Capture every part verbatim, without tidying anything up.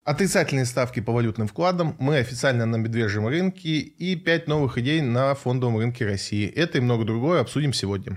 Отрицательные ставки по валютным вкладам, мы официально на медвежьем рынке и пять новых идей на фондовом рынке России. Это и много другое обсудим сегодня.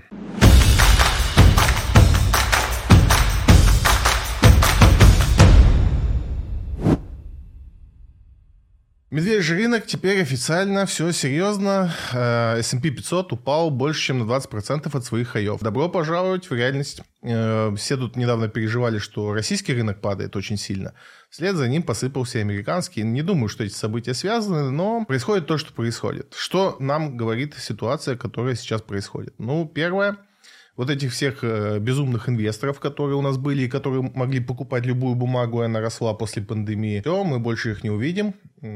Медвежий рынок теперь официально, все серьезно. эс энд пи пятьсот упал больше, чем на двадцать процентов от своих хаев. Добро пожаловать в реальность. Все тут недавно переживали, что российский рынок падает очень сильно. Вслед за ним посыпался американский. Не думаю, что эти события связаны, но происходит то, что происходит. Что нам говорит ситуация, которая сейчас происходит? Ну, первое. Вот этих всех э, безумных инвесторов, которые у нас были и которые могли покупать любую бумагу, и она росла после пандемии, все, мы больше их не увидим.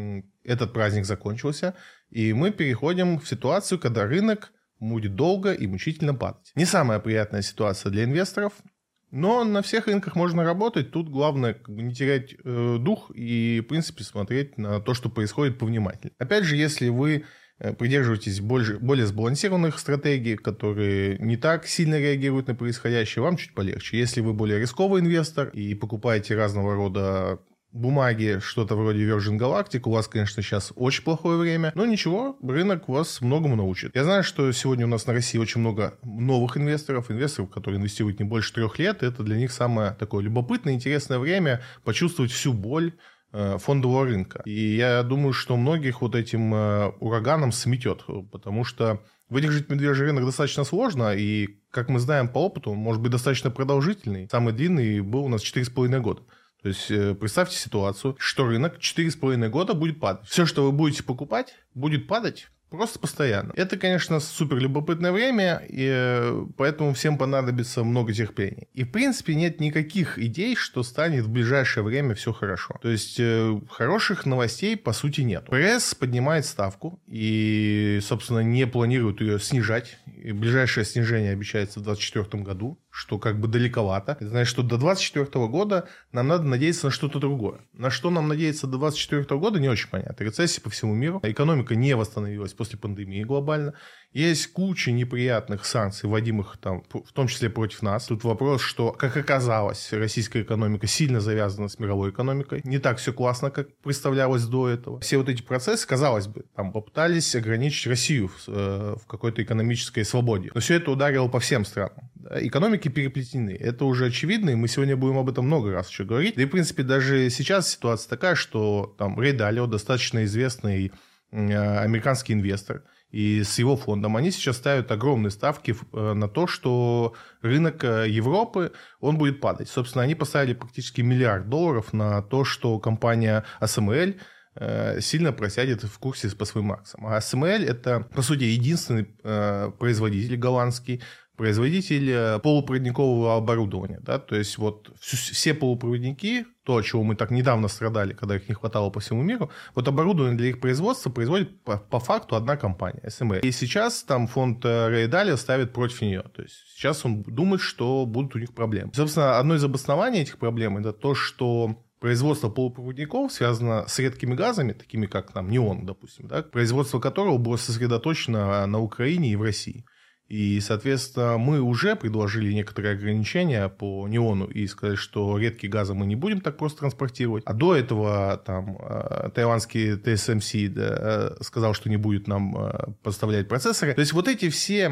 Этот праздник закончился, и мы переходим в ситуацию, когда рынок будет долго и мучительно падать. Не самая приятная ситуация для инвесторов, но на всех рынках можно работать. Тут главное как бы не терять э, дух и, в принципе, смотреть на то, что происходит, повнимательнее. Опять же, если вы придерживайтесь больше, более сбалансированных стратегий, которые не так сильно реагируют на происходящее, вам чуть полегче. Если вы более рисковый инвестор и покупаете разного рода бумаги, что-то вроде Virgin Galactic, у вас, конечно, сейчас очень плохое время, но ничего, рынок вас многому научит. Я знаю, что сегодня у нас на России очень много новых инвесторов, инвесторов, которые инвестируют не больше трех лет. Это для них самое такое любопытное, интересное время почувствовать всю боль фондового рынка. И я думаю, что многих вот этим ураганом сметет, потому что выдержать медвежий рынок достаточно сложно, и, как мы знаем по опыту, он может быть достаточно продолжительный. Самый длинный был у нас четыре с половиной года. То есть представьте ситуацию, что рынок четыре с половиной года будет падать. Все, что вы будете покупать, будет падать просто постоянно. Это, конечно, супер любопытное время, и поэтому всем понадобится много терпения. И, в принципе, нет никаких идей, что станет в ближайшее время все хорошо. То есть, э, хороших новостей, по сути, нет. ФРС поднимает ставку и, собственно, не планирует ее снижать. И ближайшее снижение обещается в двадцать четвёртом году, что как бы далековато. Это значит, что до двадцать четвёртого года нам надо надеяться на что-то другое. На что нам надеяться до двадцать четвёртого года, не очень понятно. Рецессия по всему миру. Экономика не восстановилась после пандемии глобально. Есть куча неприятных санкций, вводимых там, в том числе против нас. Тут вопрос, что, как оказалось, российская экономика сильно завязана с мировой экономикой. Не так все классно, как представлялось до этого. Все вот эти процессы, казалось бы, там попытались ограничить Россию в, э, в какой-то экономической свободе. Но все это ударило по всем странам. Экономики переплетены. Это уже очевидно, и мы сегодня будем об этом много раз еще говорить. Да и, в принципе, даже сейчас ситуация такая, что там Рэй Далио, достаточно известный американский инвестор, и с его фондом они сейчас ставят огромные ставки на то, что рынок Европы, он будет падать. Собственно, они поставили практически миллиард долларов на то, что компания эй эс эм эл сильно просядет в курсе по своим акциям. А эй эс эм эл это, по сути, единственный производитель голландский, производитель полупроводникового оборудования. Да? То есть вот все полупроводники, то, от чего мы так недавно страдали, когда их не хватало по всему миру, вот оборудование для их производства производит по, по факту одна компания, эй эс эм эл. И сейчас там фонд Рэй Далио ставит против нее. То есть сейчас он думает, что будут у них проблемы. Собственно, одно из обоснований этих проблем это то, что производство полупроводников связано с редкими газами, такими как там неон, допустим, да, производство которого было сосредоточено на Украине и в России. И, соответственно, мы уже предложили некоторые ограничения по неону и сказали, что редкие газы мы не будем так просто транспортировать. А до этого там тайваньский ти эс эм си да, сказал, что не будет нам поставлять процессоры. То есть вот эти все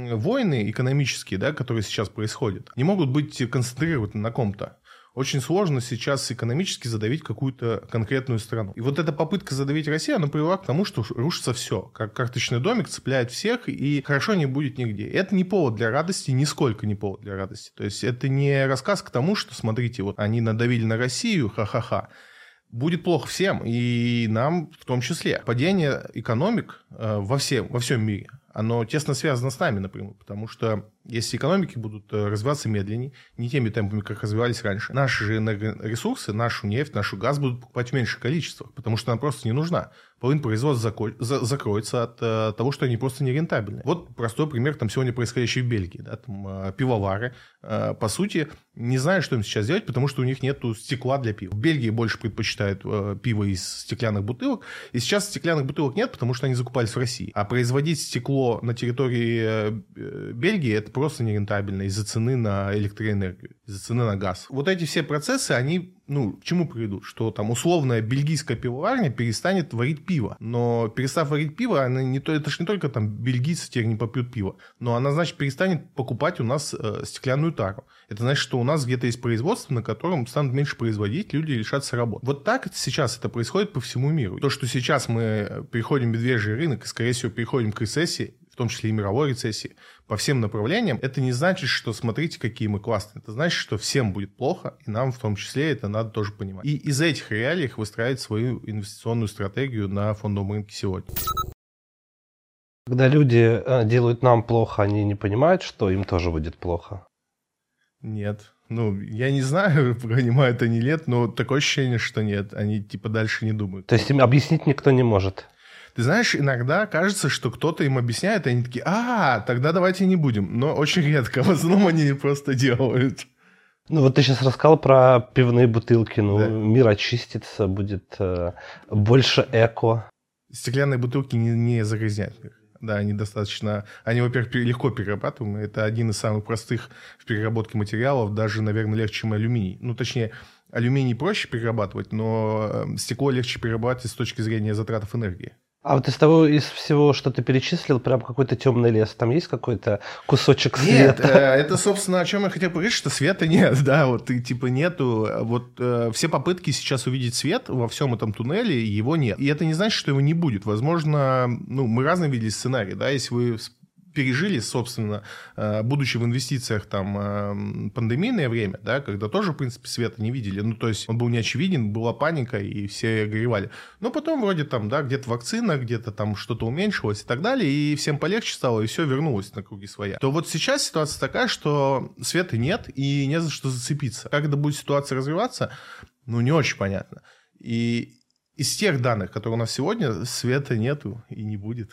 войны экономические, да, которые сейчас происходят, не могут быть концентрированы на ком-то. Очень сложно сейчас экономически задавить какую-то конкретную страну. И вот эта попытка задавить Россию, она привела к тому, что рушится все. Как карточный домик цепляет всех, и хорошо не будет нигде. Это не повод для радости, нисколько не повод для радости. То есть это не рассказ к тому, что, смотрите, вот они надавили на Россию, ха-ха-ха. Будет плохо всем, и нам в том числе. Падение экономик во всем, во всем мире, оно тесно связано с нами напрямую, потому что если экономики будут развиваться медленнее, не теми темпами, как развивались раньше, наши же энергоресурсы, нашу нефть, нашу газ будут покупать в меньших количествах, потому что она просто не нужна. Половина производства зако- за- закроется от uh, того, что они просто нерентабельны. Вот простой пример там сегодня происходящий в Бельгии. Да, там, uh, пивовары, uh, по сути, не знают, что им сейчас делать, потому что у них нет стекла для пива. В Бельгии больше предпочитают uh, пиво из стеклянных бутылок, и сейчас стеклянных бутылок нет, потому что они закупались в России. А производить стекло на территории uh, Бельгии – это просто нерентабельно из-за цены на электроэнергию, из-за цены на газ. Вот эти все процессы, они ну, к чему приведут? Что там условная бельгийская пивоварня перестанет варить пиво. Но перестав варить пиво, она не то, это же не только там бельгийцы теперь не попьют пиво, но она, значит, перестанет покупать у нас э, стеклянную тару. Это значит, что у нас где-то есть производство, на котором станут меньше производить, люди лишатся работы. Вот так это сейчас это происходит по всему миру. То, что сейчас мы переходим в медвежий рынок и, скорее всего, переходим к рецессии, в том числе и мировой рецессии, по всем направлениям, это не значит, что смотрите, какие мы классные. Это значит, что всем будет плохо, и нам в том числе это надо тоже понимать. И из этих реалий выстраивать свою инвестиционную стратегию на фондовом рынке сегодня. Когда люди делают нам плохо, они не понимают, что им тоже будет плохо? Нет. Ну, я не знаю, понимают они нет, но такое ощущение, что нет. Они типа дальше не думают. То есть им объяснить никто не может? Ты знаешь, иногда кажется, что кто-то им объясняет, и они такие, а, тогда давайте не будем. Но очень редко, в основном они просто делают. Ну вот ты сейчас рассказал про пивные бутылки. Ну, да. Мир очистится, будет э, больше эко. Стеклянные бутылки не, не загрязняют мир. Да, они достаточно... Они, во-первых, легко перерабатываемые. Это один из самых простых в переработке материалов. Даже, наверное, легче, чем алюминий. Ну, точнее, алюминий проще перерабатывать, но стекло легче перерабатывать с точки зрения затрат энергии. А вот из того, из всего, что ты перечислил, прям какой-то темный лес, там есть какой-то кусочек света? Нет, это, собственно, о чем я хотел поговорить, что света нет, да, вот типа нету, вот э, все попытки сейчас увидеть свет во всем этом туннеле, его нет. И это не значит, что его не будет. Возможно, ну, мы разные видели сценарии, да, если вы пережили, собственно, будучи в инвестициях там пандемийное время, да, когда тоже, в принципе, света не видели, ну, то есть он был неочевиден, была паника, и все горевали. Но потом вроде там, да, где-то вакцина, где-то там что-то уменьшилось и так далее, и всем полегче стало, и все вернулось на круги своя. То вот сейчас ситуация такая, что света нет, и не за что зацепиться. Как это будет ситуация развиваться, ну, не очень понятно. И из тех данных, которые у нас сегодня, света нету и не будет.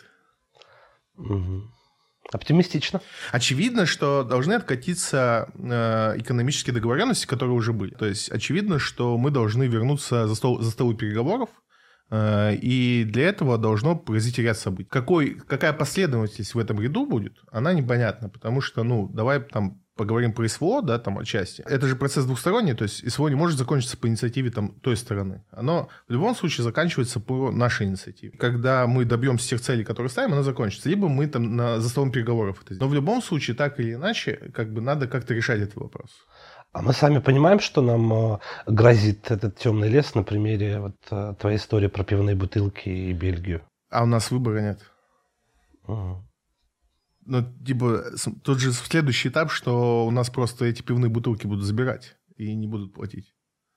Угу. Оптимистично. Очевидно, что должны откатиться э, экономические договоренности, которые уже были. То есть очевидно, что мы должны вернуться за стол, за столы переговоров, э, и для этого должно произойти ряд событий. Какой, какая последовательность в этом ряду будет, она непонятна, потому что, ну, давай там поговорим про СВО, да, там отчасти. Это же процесс двухсторонний, то есть СВО не может закончиться по инициативе там той стороны. Оно в любом случае заканчивается по нашей инициативе. Когда мы добьемся тех целей, которые ставим, оно закончится. Либо мы там на, за столом переговоров это сделаем. Но в любом случае, так или иначе, как бы надо как-то решать этот вопрос. А мы сами понимаем, что нам грозит этот темный лес на примере вот твоей истории про пивные бутылки и Бельгию? А у нас выбора нет. Угу. Ну, типа, тут же следующий этап, что у нас просто эти пивные бутылки будут забирать и не будут платить.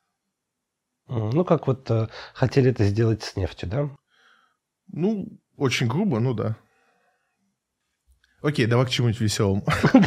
Ну, как вот э, хотели это сделать с нефтью, да? Ну, очень грубо, ну да. Окей, давай к чему-нибудь веселому.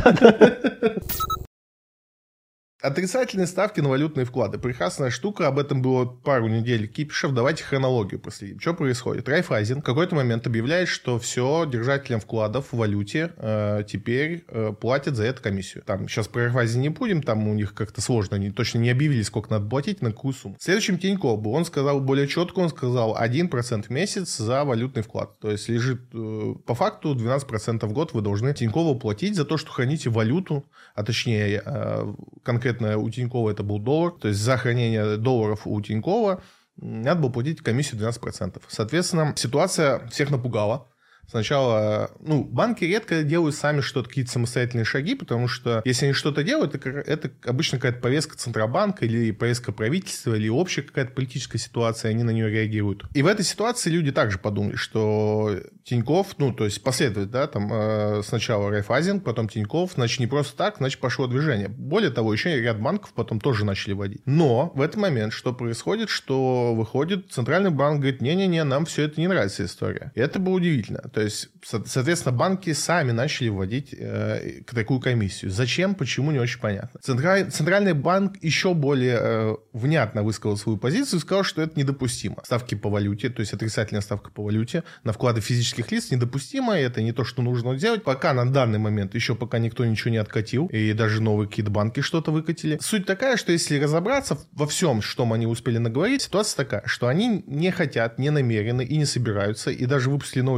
Отрицательные ставки на валютные вклады. Прекрасная штука, об этом было пару недель кипишев. Давайте хронологию проследим. Что происходит? Райфайзен в какой-то момент объявляет, что все, держателям вкладов в валюте э, теперь э, платят за это комиссию. Там сейчас про Райфайзен не будем, там у них как-то сложно, они точно не объявили, сколько надо платить, на какую сумму. Следующим Тинькофф был, он сказал более четко, он сказал один процент в месяц за валютный вклад. То есть лежит э, по факту двенадцать процентов в год вы должны Тинькову платить за то, что храните валюту, а точнее э, конкретно у Тинькова это был доллар, то есть за хранение долларов у Тинькова надо было платить комиссию двенадцать процентов. Соответственно, ситуация всех напугала. Сначала, ну, банки редко делают сами что-то, какие-то самостоятельные шаги, потому что если они что-то делают, это, это обычно какая-то повестка Центробанка или повестка правительства, или общая какая-то политическая ситуация, они на нее реагируют. И в этой ситуации люди также подумали, что Тинькофф, ну, то есть последует, да, там э, сначала Райфайзен, потом Тинькофф, значит, не просто так, значит, пошло движение. Более того, еще ряд банков потом тоже начали вводить. Но в этот момент что происходит, что выходит Центральный банк, говорит, не-не-не, нам все это не нравится история. И это было удивительно. То есть, соответственно, банки сами начали вводить э, такую комиссию. Зачем, почему, не очень понятно. Централь, Центральный банк еще более э, внятно высказал свою позицию и сказал, что это недопустимо. Ставки по валюте, то есть отрицательная ставка по валюте на вклады физических лиц недопустимо, это не то, что нужно делать. Пока на данный момент, еще пока никто ничего не откатил, и даже новые какие-то банки что-то выкатили. Суть такая, что если разобраться во всем, что они успели наговорить, ситуация такая, что они не хотят, не намерены и не собираются, и даже выпустили новость, что они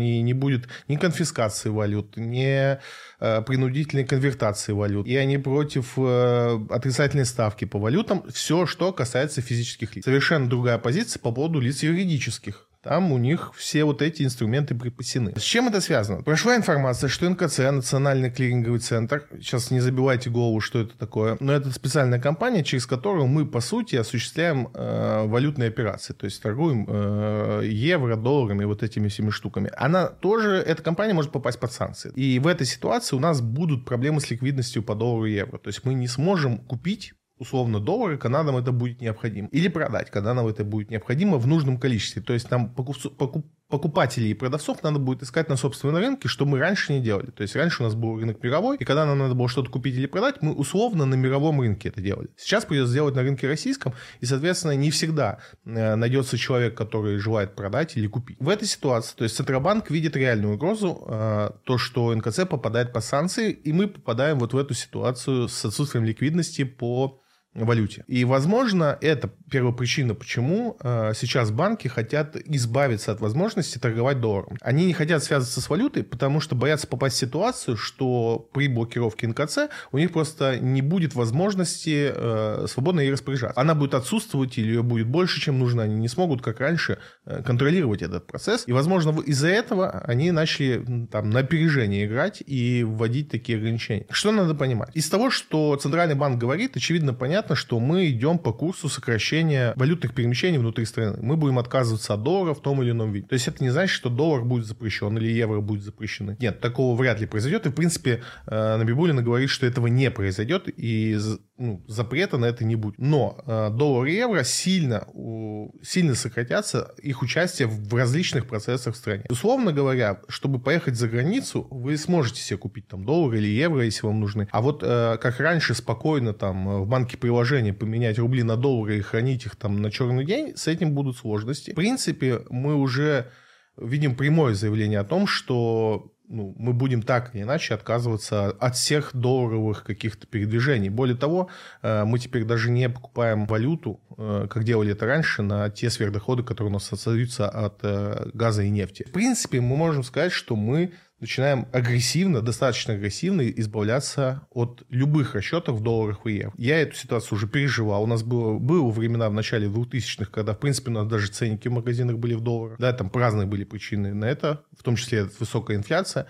компании не будет ни конфискации валют, ни принудительной конвертации валют. И они против отрицательной ставки по валютам. Все, что касается физических лиц. Совершенно другая позиция по поводу лиц юридических. Там у них все вот эти инструменты припасены. С чем это связано? Прошла информация, что эн ка цэ, Национальный клиринговый центр, сейчас не забивайте голову, что это такое, но это специальная компания, через которую мы, по сути, осуществляем э, валютные операции, то есть торгуем э, евро, долларами, вот этими всеми штуками. Она тоже, эта компания может попасть под санкции. И в этой ситуации у нас будут проблемы с ликвидностью по доллару и евро. То есть мы не сможем купить условно доллары, когда нам это будет необходимо. Или продать, когда нам это будет необходимо в нужном количестве. То есть нам покупцу, покуп, покупателей и продавцов надо будет искать на собственном рынке, что мы раньше не делали. То есть раньше у нас был рынок мировой, и когда нам надо было что-то купить или продать, мы условно на мировом рынке это делали. Сейчас придется сделать на рынке российском, и, соответственно, не всегда найдется человек, который желает продать или купить. В этой ситуации, то есть Центробанк видит реальную угрозу, то, что эн ка цэ попадает под санкции, и мы попадаем вот в эту ситуацию с отсутствием ликвидности по валюте. И, возможно, это первопричина, почему э, сейчас банки хотят избавиться от возможности торговать долларом. Они не хотят связываться с валютой, потому что боятся попасть в ситуацию, что при блокировке эн ка цэ у них просто не будет возможности э, свободно ей распоряжаться. Она будет отсутствовать или ее будет больше, чем нужно. Они не смогут, как раньше, э, контролировать этот процесс. И, возможно, из-за этого они начали там, на опережение играть и вводить такие ограничения. Что надо понимать? Из того, что Центральный банк говорит, очевидно, понятно, что мы идем по курсу сокращения валютных перемещений внутри страны. Мы будем отказываться от доллара в том или ином виде. То есть это не значит, что доллар будет запрещен или евро будет запрещены. Нет, такого вряд ли произойдет. И, в принципе, Набибуллина говорит, что этого не произойдет, и ну, запрета на это не будет. Но доллар и евро сильно, сильно сократятся их участие в различных процессах в стране. Условно говоря, чтобы поехать за границу, вы сможете себе купить там доллар или евро, если вам нужны. А вот как раньше спокойно там в банке приложения поменять рубли на доллары и хранить их там на черный день, с этим будут сложности. В принципе, мы уже видим прямое заявление о том, что ну, мы будем так или иначе отказываться от всех долларовых каких-то передвижений. Более того, мы теперь даже не покупаем валюту, как делали это раньше, на те сверхдоходы, которые у нас остаются от газа и нефти. В принципе, мы можем сказать, что мы начинаем агрессивно, достаточно агрессивно избавляться от любых расчетов в долларах и евро. Я эту ситуацию уже переживал. У нас было, было времена в начале двухтысячных, когда, в принципе, у нас даже ценники в магазинах были в долларах. Да, там разные были причины на это, в том числе высокая инфляция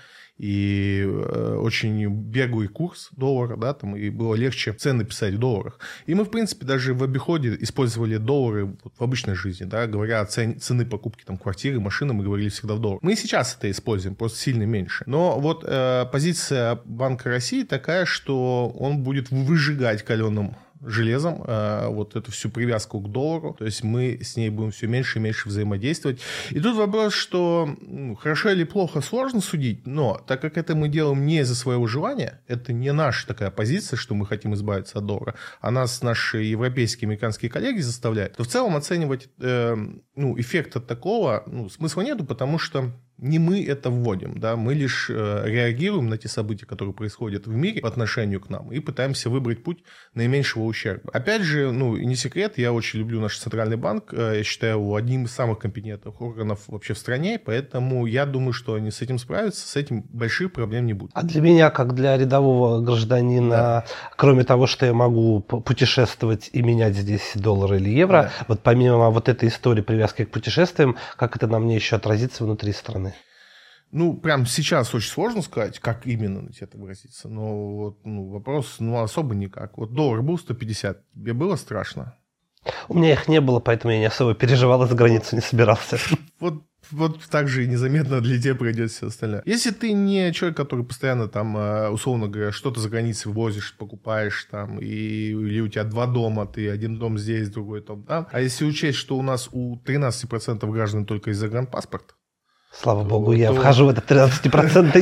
и э, очень беглый курс доллара, да, там, и было легче цены писать в долларах. И мы, в принципе, даже в обиходе использовали доллары вот, в обычной жизни, да, говоря о цене, цены покупки там, квартиры, машины, мы говорили всегда в долларах. Мы и сейчас это используем, просто сильно меньше. Но вот э, позиция Банка России такая, что он будет выжигать каленым железом э, вот эту всю привязку к доллару, то есть мы с ней будем все меньше и меньше взаимодействовать. И тут вопрос, что ну, хорошо или плохо, сложно судить, но так как это мы делаем не из-за своего желания, это не наша такая позиция, что мы хотим избавиться от доллара, а нас наши европейские, американские коллеги заставляют, то в целом оценивать э, ну, эффект от такого ну, смысла нету, потому что не мы это вводим, да, мы лишь э, реагируем на те события, которые происходят в мире по отношению к нам, и пытаемся выбрать путь наименьшего ущерба. Опять же, ну, и не секрет, я очень люблю наш Центральный банк, э, я считаю его одним из самых компетентных органов вообще в стране, поэтому я думаю, что они с этим справятся, с этим больших проблем не будет. А для меня, как для рядового гражданина, да. Кроме того, что я могу путешествовать и менять здесь доллары или евро, да. Вот помимо вот этой истории привязки к путешествиям, как это на мне еще отразится внутри страны? Ну, прямо сейчас очень сложно сказать, как именно на тебя это выразится, но вот, ну, вопрос ну, особо никак. Вот доллар был сто пятьдесят, тебе было страшно? У меня их не было, поэтому я не особо переживал и за границу не собирался. Вот Вот так же и незаметно для тебя пройдет все остальное. Если ты не человек, который постоянно там, условно говоря, что-то за границей возишь, покупаешь там, и, или у тебя два дома, ты один дом здесь, другой дом там. А если учесть, что у нас у тринадцать процентов граждан только из загранпаспорта, слава то, богу, я то, вхожу в этот тринадцать процентов.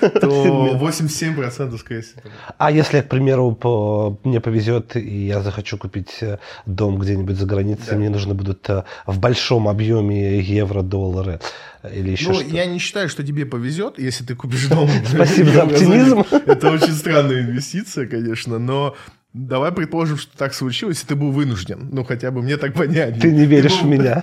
То восемьдесят семь процентов, скорее всего. А если, к примеру, по, мне повезет, и я захочу купить дом где-нибудь за границей, да. Мне нужно будут в большом объеме евро, доллары или еще ну, что-то? Я не считаю, что тебе повезет, если ты купишь дом. Спасибо за оптимизм. Это очень странная инвестиция, конечно, но... Давай предположим, что так случилось, и ты был вынужден. Ну, хотя бы мне так понятнее. Ты не веришь ты был... в меня?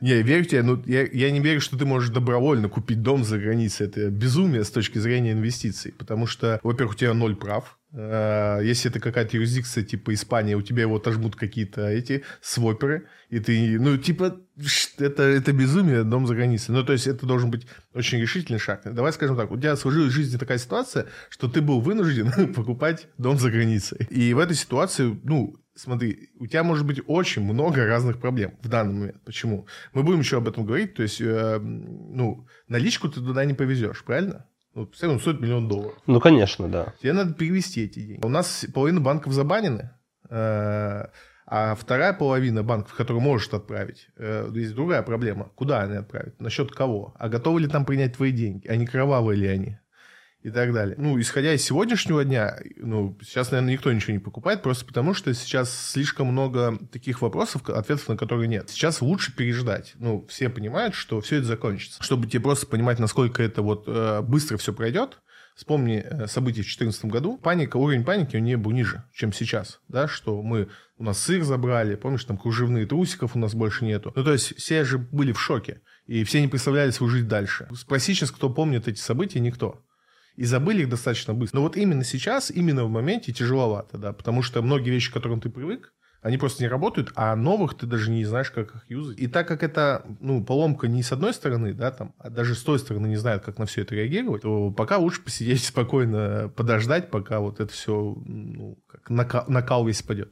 Не, верю тебе, ну, я, я не верю, что ты можешь добровольно купить дом за границей. Это безумие с точки зрения инвестиций. Потому что, во-первых, у тебя ноль прав. Если это какая-то юрисдикция типа Испания, у тебя его отожмут какие-то эти своперы, и ты, ну, типа, это, это безумие, дом за границей. Ну, то есть, это должен быть очень решительный шаг. Давай скажем так, у тебя сложилась в жизни такая ситуация, что ты был вынужден покупать дом за границей. И в этой ситуации, ну, смотри, у тебя может быть очень много разных проблем в данный момент. Почему? Мы будем еще об этом говорить. То есть, э, ну, наличку ты туда не повезешь, правильно? Ну, он стоит миллион долларов. Ну, конечно, да. Тебе надо перевести эти деньги. У нас половина банков забанены, э, а вторая половина банков, которые может отправить, э, есть другая проблема. Куда они отправят? Насчет кого? А готовы ли там принять твои деньги? А не кровавые ли они? И так далее. Ну, исходя из сегодняшнего дня, ну, сейчас, наверное, никто ничего не покупает, просто потому что сейчас слишком много таких вопросов, ответов на которые нет. Сейчас лучше переждать. Ну, все понимают, что все это закончится. Чтобы тебе просто понимать, насколько это вот э, быстро все пройдет, вспомни э, события в две тысячи четырнадцатом году. Паника, уровень паники у нее был ниже, чем сейчас, да, что мы, у нас сыр забрали, помнишь, там кружевные трусиков у нас больше нету. Ну, то есть, все же были в шоке, и все не представляли свою жизнь дальше. Спроси сейчас, кто помнит эти события, никто. И забыли их достаточно быстро. Но вот именно сейчас, именно в моменте тяжеловато, да, потому что многие вещи, к которым ты привык, они просто не работают, а новых ты даже не знаешь, как их юзать. И так как это, ну, поломка не с одной стороны, да, там, а даже с той стороны не знают, как на все это реагировать, то пока лучше посидеть спокойно, подождать, пока вот это все, ну, как накал, накал весь пойдет.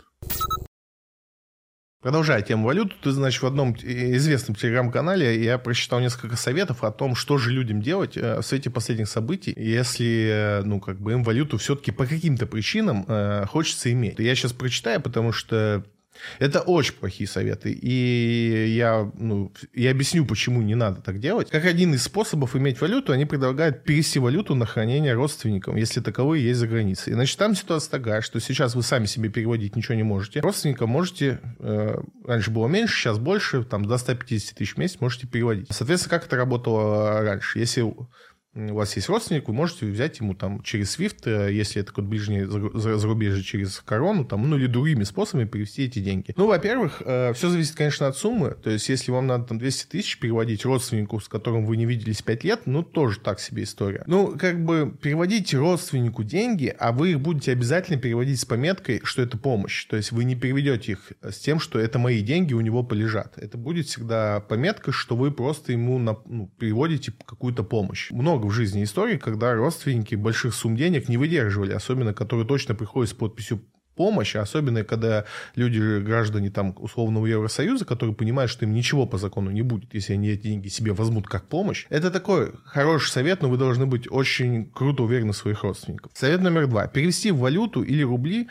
Продолжая тему валют, ты, значит, в одном известном телеграм-канале я прочитал несколько советов о том, что же людям делать в свете последних событий, если, ну, как бы им валюту все-таки по каким-то причинам э, хочется иметь. Я сейчас прочитаю, потому что это очень плохие советы, и я, ну, я объясню, почему не надо так делать. Как один из способов иметь валюту, они предлагают перевести валюту на хранение родственникам, если таковые есть за границей. Значит, там ситуация такая, что сейчас вы сами себе переводить ничего не можете. Родственникам можете, э, раньше было меньше, сейчас больше, там до ста пятидесяти тысяч в месяц можете переводить. Соответственно, как это работало раньше? Если у вас есть родственник, вы можете взять ему там через свифт, если это какое-то ближнее зарубежье, через корону, там, ну или другими способами перевести эти деньги. Ну, во-первых, все зависит, конечно, от суммы. То есть, если вам надо там двести тысяч переводить родственнику, с которым вы не виделись пять лет, ну, тоже так себе история. Ну, как бы переводите родственнику деньги, а вы их будете обязательно переводить с пометкой, что это помощь. То есть, вы не переведете их с тем, что это мои деньги, у него полежат. Это будет всегда пометка, что вы просто ему на, ну, переводите какую-то помощь. Много в жизни историй, когда родственники больших сумм денег не выдерживали, особенно которые точно приходят с подписью помощь, особенно когда люди, граждане там условного Евросоюза, которые понимают, что им ничего по закону не будет, если они эти деньги себе возьмут как помощь. Это такой хороший совет, но вы должны быть очень круто уверены в своих родственников. Совет номер два. Перевести в валюту или рубли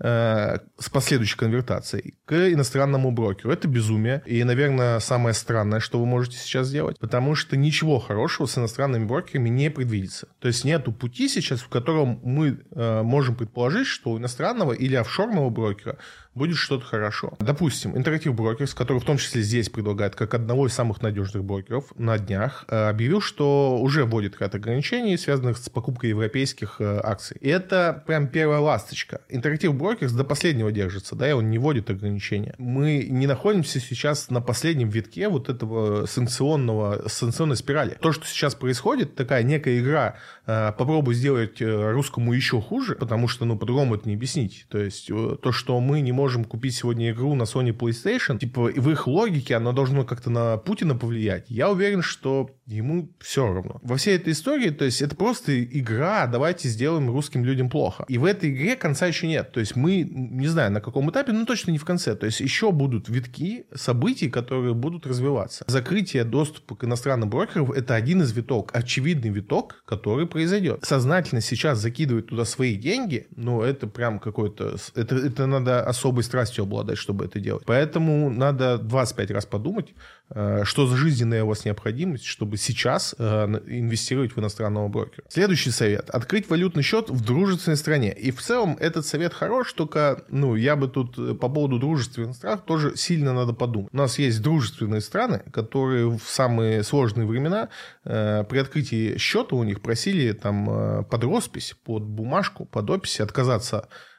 э, с последующей конвертацией к иностранному брокеру. Это безумие. И, наверное, самое странное, что вы можете сейчас сделать, потому что ничего хорошего с иностранными брокерами не предвидится. То есть нету пути сейчас, в котором мы э, можем предположить, что у иностранного или офшорного брокера будет что-то хорошо. Допустим, Interactive Brokers, который в том числе здесь предлагает как одного из самых надежных брокеров, на днях объявил, что уже вводит ряд ограничений, связанных с покупкой европейских акций. И это прям первая ласточка. Interactive Brokers до последнего держится, да, и он не вводит ограничения. Мы не находимся сейчас на последнем витке вот этого санкционного, санкционной спирали. То, что сейчас происходит, такая некая игра, попробуй сделать русскому еще хуже, потому что, ну, по-другому это не объяснить. То есть то, что мы не можем купить сегодня игру на Sony PlayStation, типа в их логике оно должно как-то на Путина повлиять. Я уверен, что ему все равно. Во всей этой истории, то есть это просто игра, давайте сделаем русским людям плохо. И в этой игре конца еще нет. То есть мы, не знаю, на каком этапе, но точно не в конце. То есть еще будут витки событий, которые будут развиваться. Закрытие доступа к иностранным брокерам — это один из виток, очевидный виток, который произойдет. Сознательно сейчас закидывать туда свои деньги, ну, это прям какой-то... Это, это надо особой страстью обладать, чтобы это делать. Поэтому надо двадцать пять раз подумать, что за жизненная у вас необходимость, чтобы сейчас инвестировать в иностранного брокера. Следующий совет. Открыть валютный счет в дружественной стране. И в целом этот совет хорош, только, ну, я бы тут по поводу дружественных стран тоже сильно надо подумать. У нас есть дружественные страны, которые в самые сложные времена при открытии счета у них просили там под роспись, под бумажку, под опись отказаться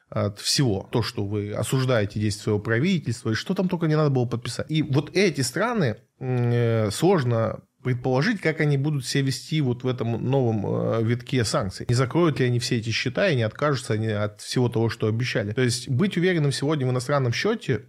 от всего. То, что вы осуждаете действия своего правительства, и что там только не надо было подписать. И вот эти страны э, сложно предположить, как они будут себя вести вот в этом новом э, витке санкций. Не закроют ли они все эти счета и не откажутся они от всего того, что обещали. То есть быть уверенным сегодня в иностранном счете,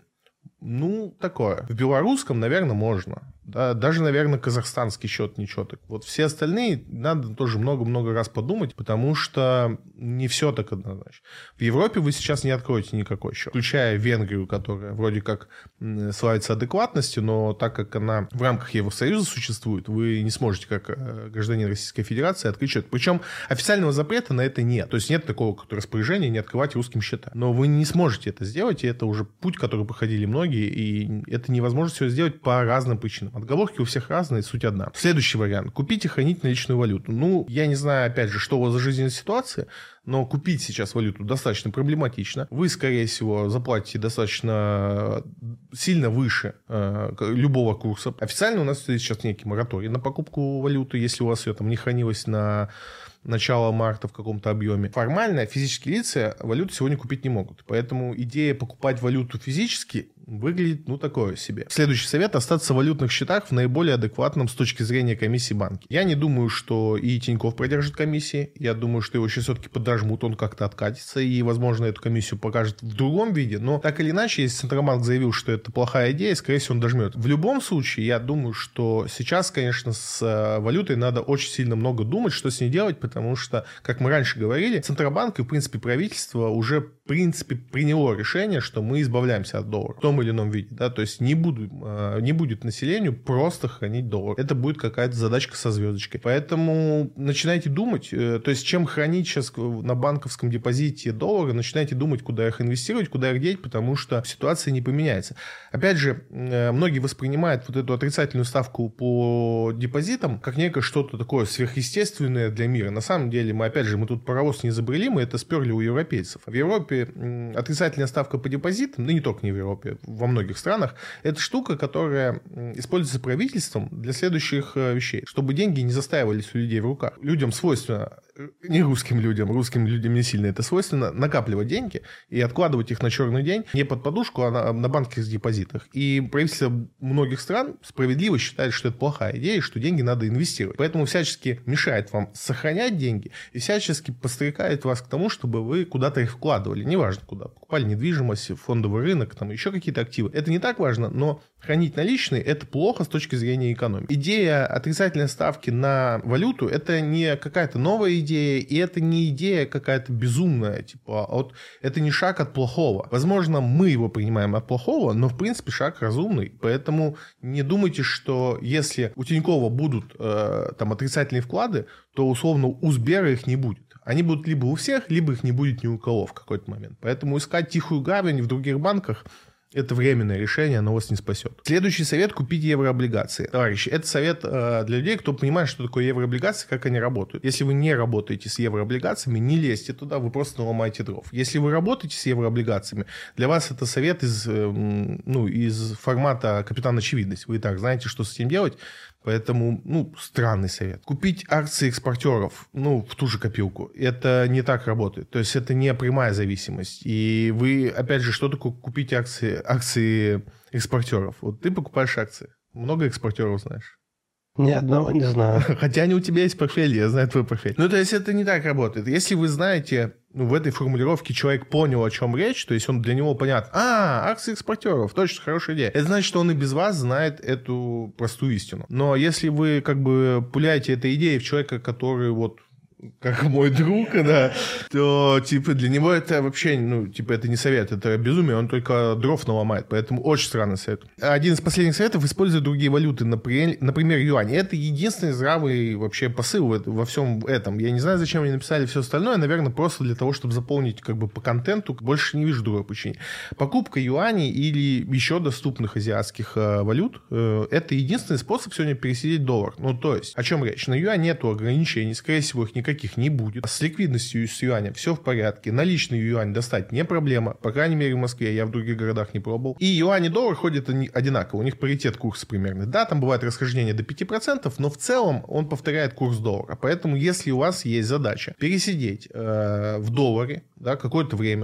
ну, такое. В белорусском, наверное, можно. Да, даже, наверное, казахстанский счет ничего так. Вот все остальные надо тоже много-много раз подумать, потому что не все так однозначно. В Европе вы сейчас не откроете никакой счет, включая Венгрию, которая вроде как славится адекватностью, но так как она в рамках Евросоюза существует, вы не сможете, как гражданин Российской Федерации, открыть счет. Причем официального запрета на это нет. То есть нет такого распоряжения не открывать русским счета. Но вы не сможете это сделать, и это уже путь, который проходили многие, и это невозможно все сделать по разным причинам. Отговорки у всех разные, суть одна. Следующий вариант. Купить и хранить наличную валюту. Ну, я не знаю, опять же, что у вас за жизненная ситуация, но купить сейчас валюту достаточно проблематично. Вы, скорее всего, заплатите достаточно сильно выше э, любого курса. Официально у нас сейчас некий мораторий на покупку валюты, если у вас ее там не хранилось на начало марта в каком-то объеме. Формально физические лица валюту сегодня купить не могут. Поэтому идея покупать валюту физически выглядит, ну, такое себе. Следующий совет – остаться в валютных счетах в наиболее адекватном с точки зрения комиссии банке. Я не думаю, что и Тинькофф продержит комиссии. Я думаю, что его сейчас все-таки подожмут, он как-то откатится, и, возможно, эту комиссию покажет в другом виде. Но так или иначе, если Центробанк заявил, что это плохая идея, скорее всего, он дожмет. В любом случае, я думаю, что сейчас, конечно, с валютой надо очень сильно много думать, что с ней делать, потому что, как мы раньше говорили, Центробанк и, в принципе, правительство уже, в принципе, приняло решение, что мы избавляемся от доллара в том или ином виде. Да? То есть не, буду, не будет населению просто хранить доллар. Это будет какая-то задачка со звездочкой. Поэтому начинайте думать. То есть чем хранить сейчас на банковском депозите доллары, начинайте думать, куда их инвестировать, куда их деть, потому что ситуация не поменяется. Опять же, многие воспринимают вот эту отрицательную ставку по депозитам как некое что-то такое сверхъестественное для мира. На самом деле, мы, опять же, мы тут паровоз не изобрели, мы это сперли у европейцев. В Европе отрицательная ставка по депозитам, ну не только не в Европе, во многих странах, это штука, которая используется правительством для следующих вещей. Чтобы деньги не застаивались у людей в руках. Людям свойственно, не русским людям, русским людям не сильно это свойственно, накапливать деньги и откладывать их на черный день не под подушку, а на, на банковских депозитах. И правительство многих стран справедливо считает, что это плохая идея, что деньги надо инвестировать. Поэтому всячески мешает вам сохранять деньги и всячески подстрекает вас к тому, чтобы вы куда-то их вкладывали. Неважно куда. Покупали недвижимость, фондовый рынок, там еще какие-то активы. Это не так важно, но хранить наличные – это плохо с точки зрения экономики. Идея отрицательной ставки на валюту – это не какая-то новая идея, и это не идея какая-то безумная. Типа, вот это не шаг от плохого. Возможно, мы его принимаем от плохого, но в принципе шаг разумный. Поэтому не думайте, что если у Тинькова будут э, там отрицательные вклады, то условно у Сбера их не будет. Они будут либо у всех, либо их не будет ни у кого в какой-то момент. Поэтому искать тихую гавань в других банках – это временное решение, оно вас не спасет. Следующий совет – купить еврооблигации. Товарищи, это совет э, для людей, кто понимает, что такое еврооблигации, как они работают. Если вы не работаете с еврооблигациями, не лезьте туда, вы просто наломаете дров. Если вы работаете с еврооблигациями, для вас это совет из, э, ну, из формата «Капитан Очевидность». Вы и так знаете, что с этим делать. Поэтому, ну, странный совет. Купить акции экспортеров, ну, в ту же копилку, это не так работает. То есть это не прямая зависимость. И вы, опять же, что такое купить акции, акции экспортеров? Вот ты покупаешь акции. Много экспортеров знаешь? Ни одного не знаю. Хотя они у тебя есть в портфеле, я знаю твой портфель. Ну, то есть это не так работает. Если вы знаете, ну, в этой формулировке человек понял, о чем речь, то есть он для него понятно, а, акции экспортеров, точно, хорошая идея. Это значит, что он и без вас знает эту простую истину. Но если вы как бы пуляете этой идеей в человека, который вот как мой друг, да, то, типа, для него это вообще, ну, типа, это не совет, это безумие, он только дров наломает, поэтому очень странный совет. Один из последних советов – использовать другие валюты, например, например, юань. Это единственный здравый вообще посыл во всем этом. Я не знаю, зачем они написали все остальное, наверное, просто для того, чтобы заполнить, как бы, по контенту, больше не вижу другой причины. Покупка юаней или еще доступных азиатских э, валют э, – это единственный способ сегодня пересидеть доллар. Ну, то есть, о чем речь? На юань нету ограничений, скорее всего, их никак никаких не будет. С ликвидностью с юаня все в порядке. Наличный юань достать не проблема. По крайней мере, в Москве. Я в других городах не пробовал. И юань и доллар ходят одинаково. У них паритет курса примерно. Да, там бывает расхождение до пяти процентов, но в целом он повторяет курс доллара. Поэтому, если у вас есть задача пересидеть э, в долларе, да, какое-то время,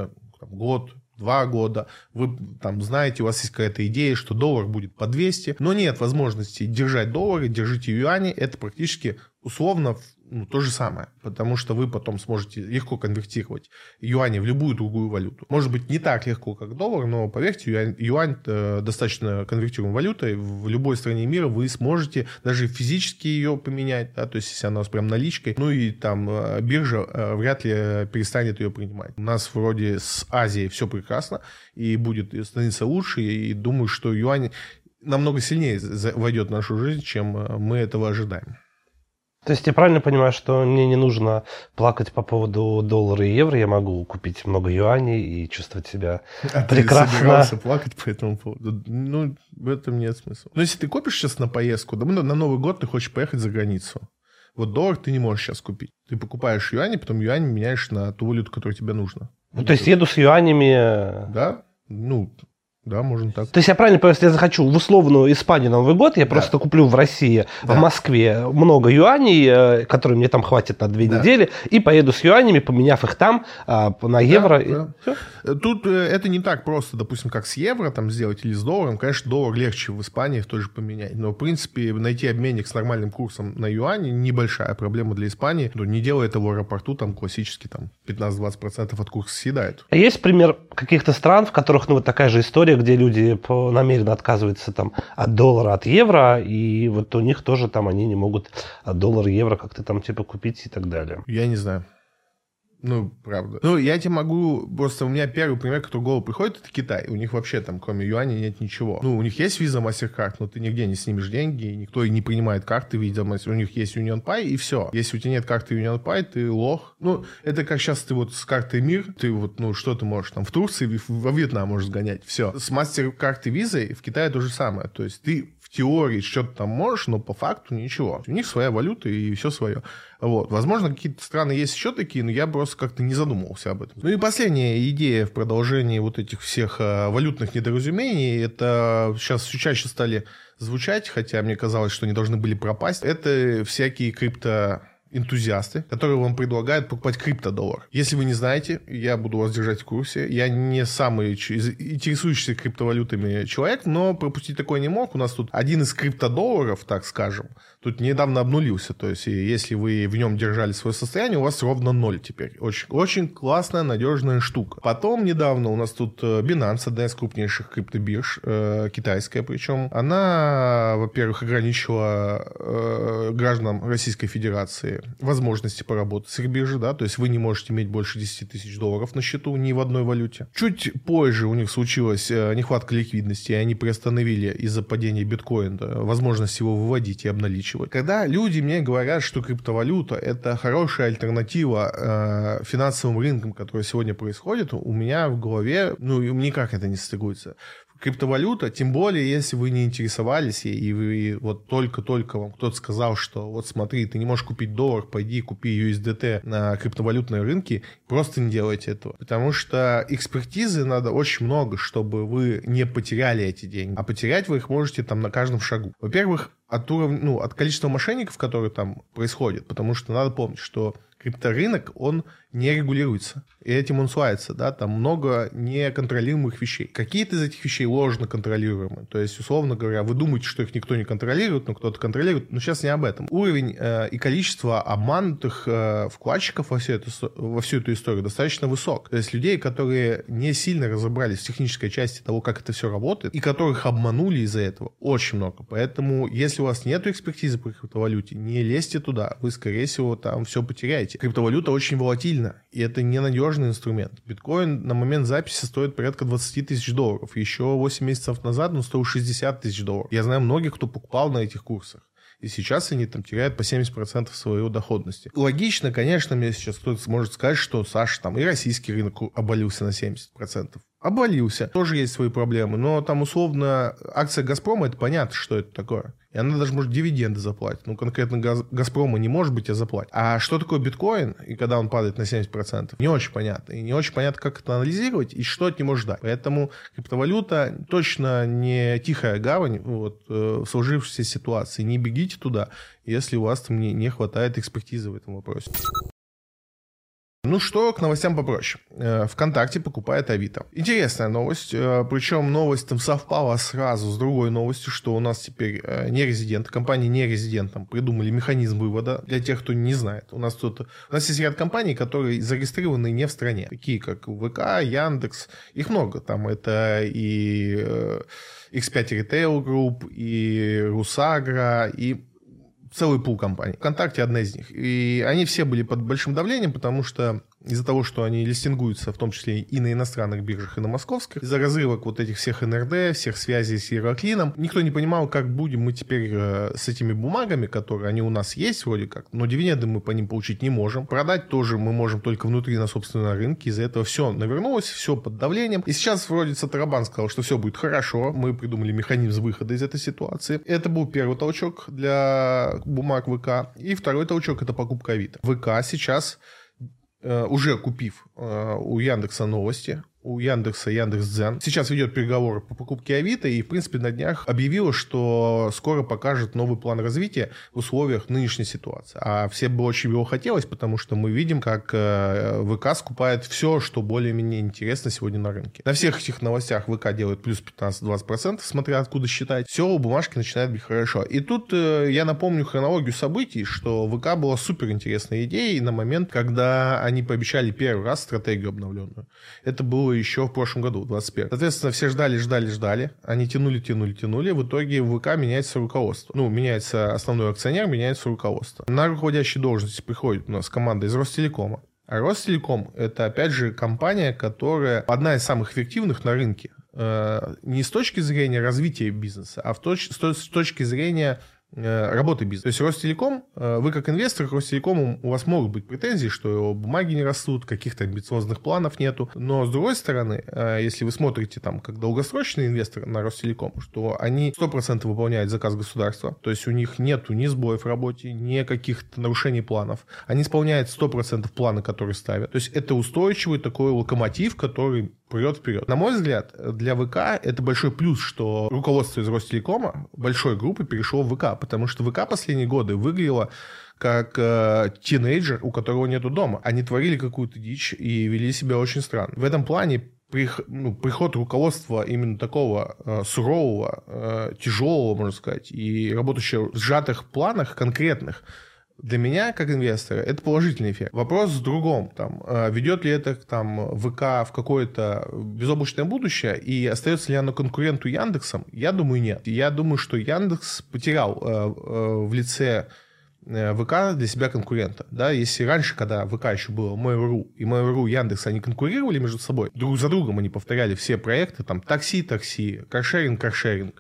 там, год, два года, вы там знаете, у вас есть какая-то идея, что доллар будет по двести, но нет возможности держать доллары, держите юани, это практически условно ну, то же самое, потому что вы потом сможете легко конвертировать юани в любую другую валюту. Может быть, не так легко, как доллар, но, поверьте, юань, юань э, достаточно конвертируемой валютой. В любой стране мира вы сможете даже физически ее поменять, да, то есть, если она у вас прям наличкой, ну и там э, биржа э, вряд ли перестанет ее принимать. У нас вроде с Азией все прекрасно, и будет становиться лучше, и думаю, что юань намного сильнее войдет в нашу жизнь, чем мы этого ожидаем. То есть я правильно понимаю, что мне не нужно плакать по поводу доллара и евро, я могу купить много юаней и чувствовать себя а прекрасно. Ты собирался плакать по этому поводу? Ну, в этом нет смысла. Но если ты копишь сейчас на поездку, да, на Новый год ты хочешь поехать за границу, вот доллар ты не можешь сейчас купить. Ты покупаешь юани, потом юань меняешь на ту валюту, которая тебе нужна. Ну, то есть еду с юанями... Да, ну... Да, можно так. То есть я правильно понимаю, если я захочу в условную Испанию Новый год, я да. просто куплю в России, да. в Москве много юаней, которые мне там хватит на две да. недели, и поеду с юанями, поменяв их там на евро. Да, да. Тут это не так просто, допустим, как с евро там сделать или с долларом. Конечно, доллар легче в Испании тоже поменять. Но, в принципе, найти обменник с нормальным курсом на юани небольшая проблема для Испании. Но не делая это в аэропорту, там классически там, пятнадцать-двадцать процентов от курса съедают. А есть пример каких-то стран, в которых ну, вот такая же история, где люди намеренно отказываются там, от доллара, от евро, и вот у них тоже там они не могут от доллара и евро как-то там типа купить и так далее. Я не знаю. Ну, правда. Ну, я тебе могу... Просто у меня первый пример, который в голову приходит, это Китай. У них вообще там, кроме юаней, нет ничего. Ну, у них есть Visa, MasterCard, но ты нигде не снимешь деньги, и никто и не принимает карты Visa. У них есть UnionPay, и все. Если у тебя нет карты UnionPay, ты лох. Ну, это как сейчас ты вот с картой МИР, ты вот, ну, что ты можешь там в Турции, во Вьетнам можешь сгонять. Все. С MasterCard и Visa в Китае то же самое. То есть ты в теории что-то там можешь, но по факту ничего. У них своя валюта и все свое. Вот. Возможно, какие-то страны есть еще такие, но я просто как-то не задумывался об этом. Ну и последняя идея в продолжении вот этих всех а, валютных недоразумений, это сейчас все чаще стали звучать, хотя мне казалось, что они должны были пропасть, это всякие крипто... энтузиасты, которые вам предлагают покупать криптодоллар. Если вы не знаете, я буду вас держать в курсе. Я не самый интересующийся криптовалютами человек, но пропустить такое не мог. У нас тут один из криптодолларов, так скажем, тут недавно обнулился. То есть, если вы в нем держали свое состояние, у вас ровно ноль теперь. Очень, очень классная, надежная штука. Потом недавно у нас тут Binance, одна из крупнейших криптобирж, э, китайская причем. Она, во-первых, ограничила э, гражданам Российской Федерации возможности поработать с их биржей, да, то есть вы не можете иметь больше десять тысяч долларов на счету ни в одной валюте. Чуть позже у них случилась нехватка ликвидности, и они приостановили из-за падения биткоина возможность его выводить и обналичивать. Когда люди мне говорят, что криптовалюта — это хорошая альтернатива э, финансовым рынкам, которые сегодня происходят, у меня в голове, ну, никак это не стыкуется. Криптовалюта, тем более, если вы не интересовались ей, и вы вот только-только вам кто-то сказал, что вот смотри, ты не можешь купить доллар, пойди купи ю эс ди ти на криптовалютные рынки, просто не делайте этого. Потому что экспертизы надо очень много, чтобы вы не потеряли эти деньги. А потерять вы их можете там на каждом шагу. Во-первых, от уровня, ну, от количества мошенников, которые там происходят, потому что надо помнить, что крипторынок, он не регулируется. И этим он славится, да, там много неконтролируемых вещей. Какие-то из этих вещей ложно контролируемы. То есть, условно говоря, вы думаете, что их никто не контролирует, но кто-то контролирует. Но сейчас не об этом. Уровень э, и количество обманутых э, вкладчиков во всю, эту, во всю эту историю достаточно высок. То есть, людей, которые не сильно разобрались в технической части того, как это все работает, и которых обманули из-за этого, очень много. Поэтому, если у вас нет экспертизы по криптовалюте, не лезьте туда. Вы, скорее всего, там все потеряете. Криптовалюта очень волатильна. И это ненадежный инструмент. Биткоин на момент записи стоит порядка двадцать тысяч долларов. Еще восемь месяцев назад он стоил шестьдесят тысяч долларов. Я знаю многих, кто покупал на этих курсах. И сейчас они там теряют по семьдесят процентов своей доходности. Логично, конечно, мне сейчас кто-то сможет сказать, что, Саша, там и российский рынок обвалился на семьдесят процентов. Обвалился. Тоже есть свои проблемы. Но там, условно, акция «Газпрома», это понятно, что это такое. И она даже, может, дивиденды заплатит. Ну, конкретно Газ, «Газпрома» не может быть, а заплатит. А что такое биткоин, и когда он падает на семьдесят процентов, не очень понятно. И не очень понятно, как это анализировать, и что от него ждать. Поэтому криптовалюта точно не тихая гавань вот, в сложившейся ситуации. Не бегите туда, если у вас там не, не хватает экспертизы в этом вопросе. Ну что, к новостям попроще. ВКонтакте покупает Авито. Интересная новость, причем новость там совпала сразу с другой новостью, что у нас теперь нерезиденты, компании нерезидентам придумали механизм вывода. Для тех, кто не знает, у нас тут, у нас есть ряд компаний, которые зарегистрированы не в стране, такие как ВК, Яндекс, их много, там это и икс пять Retail Group, и Русагра, и целый пул компаний. ВКонтакте одна из них. И они все были под большим давлением, потому что из-за того, что они листингуются, в том числе и на иностранных биржах, и на московских, из-за разрывок вот этих всех эн эр дэ, всех связей с Евроклином, никто не понимал, как будем мы теперь э, с этими бумагами, которые они у нас есть вроде как, но дивиденды мы по ним получить не можем. Продать тоже мы можем только внутри на собственном рынке. Из-за этого все навернулось, все под давлением. И сейчас вроде Центробанк сказал, что все будет хорошо. Мы придумали механизм выхода из этой ситуации. Это был первый толчок для бумаг ВК. И второй толчок — это покупка Авито. ВК сейчас, уже купив у Яндекса новости, у Яндекса Яндекс.Дзен, сейчас ведет переговоры по покупке Авито и, в принципе, на днях объявила, что скоро покажет новый план развития в условиях нынешней ситуации. А всем бы очень его хотелось, потому что мы видим, как ВК скупает все, что более-менее интересно сегодня на рынке. На всех этих новостях ВК делает плюс пятнадцать-двадцать процентов, смотря откуда считать. Все, у бумажки начинает быть хорошо. И тут я напомню хронологию событий, что ВК была суперинтересной идеей на момент, когда они пообещали первый раз стратегию обновленную. Это было еще в прошлом году, в двадцать первом. Соответственно, все ждали, ждали, ждали. Они тянули, тянули, тянули. В итоге в ВК меняется руководство. Ну, меняется основной акционер, меняется руководство. На руководящие должности приходит у нас команда из Ростелекома. А Ростелеком — это, опять же, компания, которая одна из самых эффективных на рынке. Э, не с точки зрения развития бизнеса, а в точ- с точки зрения работы бизнеса. То есть Ростелеком, вы как инвестор к Ростелекому, у вас могут быть претензии, что его бумаги не растут, каких-то амбициозных планов нету. Но с другой стороны, если вы смотрите там как долгосрочный инвестор на Ростелеком, что они сто процентов выполняют заказ государства, то есть у них нету ни сбоев в работе, ни каких-то нарушений планов. Они исполняют сто процентов планы, которые ставят. То есть это устойчивый такой локомотив, который прет вперед. На мой взгляд, для ВК это большой плюс, что руководство из Ростелекома большой группы перешло в ВК, потому что ВК последние годы выглядело как э, тинейджер, у которого нету дома. Они творили какую-то дичь и вели себя очень странно. В этом плане прих, ну, приход руководства именно такого э, сурового, э, тяжелого, можно сказать, и работающего в сжатых планах конкретных, для меня, как инвестора, это положительный эффект. Вопрос в другом. Там, ведет ли это там, ВК в какое-то безоблачное будущее и остается ли оно конкуренту Яндексом? Я думаю, нет. Я думаю, что Яндекс потерял э, э, в лице ВК для себя конкурента. Да? Если раньше, когда ВК еще было Mail.ru и Mail.ru, Яндекс, они конкурировали между собой, друг за другом они повторяли все проекты, там, такси-такси, каршеринг-каршеринг,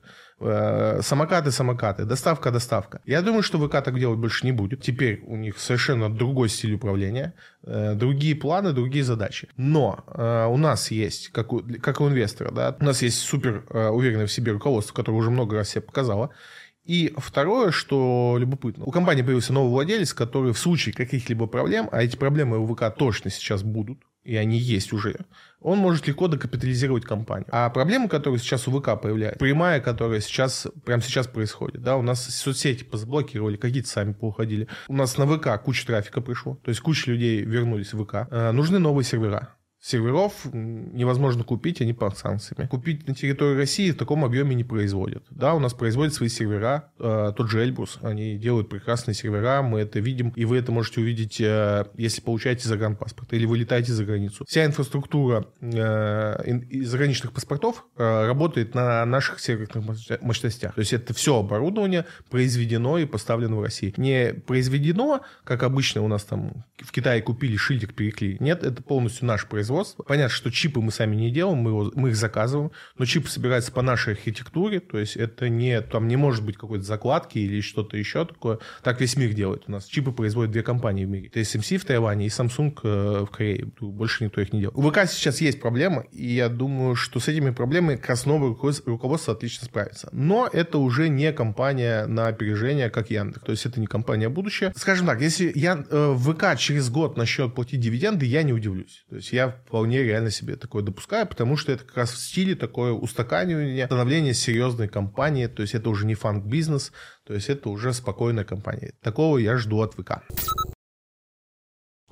самокаты-самокаты, доставка-доставка. Я думаю, что ВК так делать больше не будет. Теперь у них совершенно другой стиль управления, другие планы, другие задачи. Но э, у нас есть, как у, как у инвестора, да, у нас есть супер э, уверенное в себе руководство, которое уже много раз себя показало. И второе, что любопытно, у компании появился новый владелец, который в случае каких-либо проблем, а эти проблемы у ВК точно сейчас будут, и они есть уже, он может легко докапитализировать компанию. А проблема, которая сейчас у ВК появляется, прямая, которая сейчас, прямо сейчас происходит, да, у нас соцсети позаблокировали, какие-то сами поуходили. У нас на ВК куча трафика пришло, то есть куча людей вернулись в ВК. Э, нужны новые сервера. Серверов невозможно купить, они под санкциями. Купить на территории России в таком объеме не производят. Да, у нас производят свои сервера, э, тот же Эльбрус, они делают прекрасные сервера, мы это видим, и вы это можете увидеть, э, если получаете загранпаспорт, или вы летаете за границу. Вся инфраструктура э, из заграничных паспортов э, работает на наших серверных мощностях. То есть это все оборудование произведено и поставлено в России. Не произведено, как обычно у нас там в Китае купили, шильдик переклеили. Нет, это полностью наш производство. Понятно, что чипы мы сами не делаем, мы, его, мы их заказываем, но чипы собираются по нашей архитектуре, то есть это не, там не может быть какой-то закладки или что-то еще такое. Так весь мир делает у нас. Чипы производят две компании в мире. Это эс эм си в Тайване и Samsung в Корее. Больше никто их не делает. У ВК сейчас есть проблема, и я думаю, что с этими проблемами как раз новое руководство отлично справится. Но это уже не компания на опережение, как Яндекс. То есть это не компания будущее. Скажем так, если я, э, ВК через год начнет платить дивиденды, я не удивлюсь. То есть я вполне реально себе такое допускаю, потому что это как раз в стиле такое устаканивание, становление серьезной компании, то есть это уже не фанк-бизнес, то есть это уже спокойная компания. Такого я жду от ВК.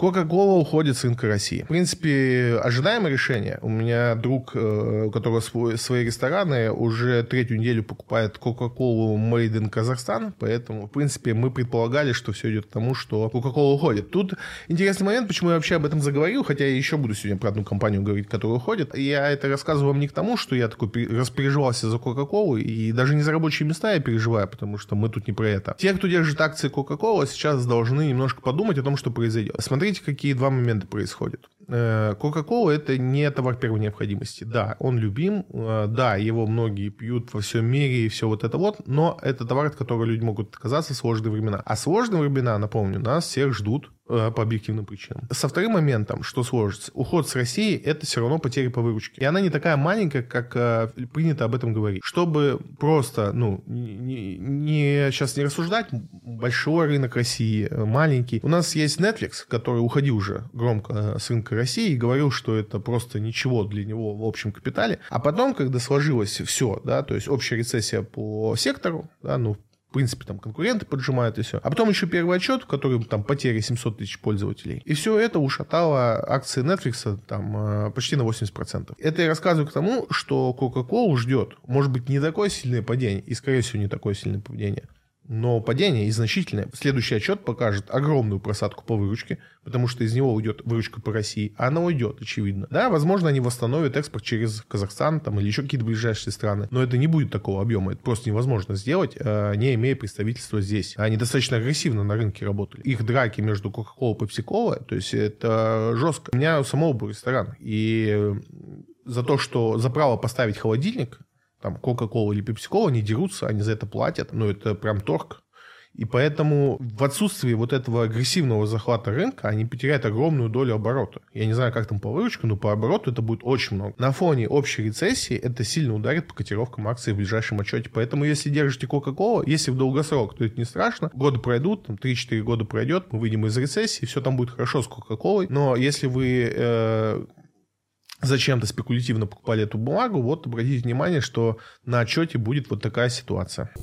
Coca-Cola уходит с рынка России. В принципе, ожидаемое решение. У меня друг, у которого свой, свои рестораны, уже третью неделю покупает Coca-Cola Made in Kazakhstan, поэтому, в принципе, мы предполагали, что все идет к тому, что Coca-Cola уходит. Тут интересный момент, почему я вообще об этом заговорил, хотя я еще буду сегодня про одну компанию говорить, которая уходит. Я это рассказываю вам не к тому, что я такой распереживался за Coca-Cola, и даже не за рабочие места я переживаю, потому что мы тут не про это. Те, кто держит акции Coca-Cola, сейчас должны немножко подумать о том, что произойдет. Смотрите, какие два момента происходят. Coca-Cola — это не товар первой необходимости. Да, он любим, да, его многие пьют во всем мире и все вот это вот, но это товар, от которого люди могут отказаться в сложные времена. А сложные времена, напомню, нас всех ждут по объективным причинам. Со вторым моментом, что сложится, уход с России — это все равно потеря по выручке. И она не такая маленькая, как э, принято об этом говорить. Чтобы просто, ну, не, не, сейчас не рассуждать, большой рынок России, маленький. У нас есть Netflix, который уходил уже громко с рынка России и говорил, что это просто ничего для него в общем капитале. А потом, когда сложилось все, да, то есть общая рецессия по сектору, да, ну, в принципе, там конкуренты поджимают и все. А потом еще первый отчет, в котором там потери семьсот тысяч пользователей. И все это ушатало акции Netflix там почти на восемьдесят процентов. Это я рассказываю к тому, что Coca-Cola ждет, может быть, не такое сильное падение, и, скорее всего, не такое сильное падение, но падение и значительное. Следующий отчет покажет огромную просадку по выручке, потому что из него уйдет выручка по России, а она уйдет, очевидно. Да, возможно, они восстановят экспорт через Казахстан там, или еще какие-то ближайшие страны, но это не будет такого объема. Это просто невозможно сделать, не имея представительства здесь. Они достаточно агрессивно на рынке работали. Их драки между Coca-Cola и Pepsi-Cola, то есть это жестко. У меня у самого был ресторан, и за то, что за право поставить холодильник, там Coca-Cola или Pepsi-Cola, они дерутся, они за это платят, но это прям торг. И поэтому в отсутствии вот этого агрессивного захвата рынка они потеряют огромную долю оборота. Я не знаю, как там по выручке, но по обороту это будет очень много. На фоне общей рецессии это сильно ударит по котировкам акций в ближайшем отчете. Поэтому если держите Coca-Cola, если в долгосрок, то это не страшно. Годы пройдут, там три-четыре года пройдет, мы выйдем из рецессии, все там будет хорошо с Coca-Cola. Но если вы... Э- зачем-то спекулятивно покупали эту бумагу, вот обратите внимание, что на отчете будет вот такая ситуация.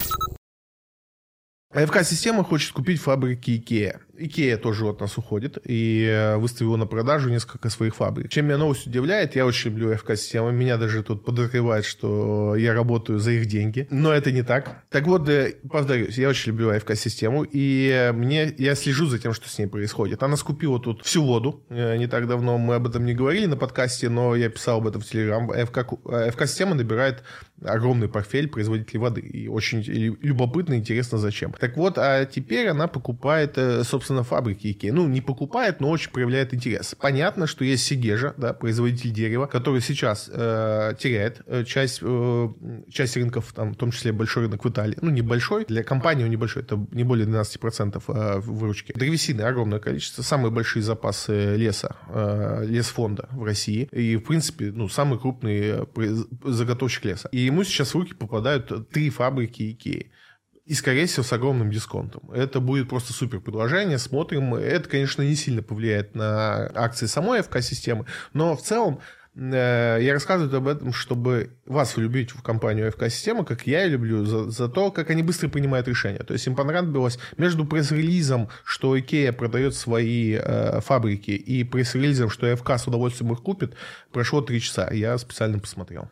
АФК-система хочет купить фабрики IKEA. IKEA тоже от нас уходит и выставила на продажу несколько своих фабрик. Чем меня новость удивляет, я очень люблю АФК-систему. Меня даже тут подозревают, что я работаю за их деньги. Но это не так. Так вот, повторюсь, я очень люблю АФК-систему, и мне, я слежу за тем, что с ней происходит. Она скупила тут всю воду. Не так давно мы об этом не говорили на подкасте, но я писал об этом в Телеграм. АФК-система набирает огромный портфель производителей воды. И очень любопытно и интересно, зачем. Так вот, а теперь она покупает, собственно, фабрики IKEA. Ну, не покупает, но очень проявляет интерес. Понятно, что есть Сигежа, да, производитель дерева, который сейчас э, теряет часть, э, часть рынков, там, в том числе большой рынок в Италии. Ну, небольшой, для компании он небольшой, это не более двенадцать процентов э, выручки. Древесины огромное количество, самые большие запасы леса, э, лесфонда в России. И, в принципе, ну, самый крупный заготовщик леса. И ему сейчас в руки попадают три фабрики IKEA. И, скорее всего, с огромным дисконтом. Это будет просто супер предложение. Смотрим. Это, конечно, не сильно повлияет на акции самой АФК-системы, но в целом э, я рассказываю об этом, чтобы вас влюбить в компанию АФК-система, как я и люблю, за, за то, как они быстро принимают решения. То есть им понравилось между пресс-релизом, что IKEA продает свои э, фабрики, и пресс-релизом, что АФК с удовольствием их купит, прошло три часа. Я специально посмотрел.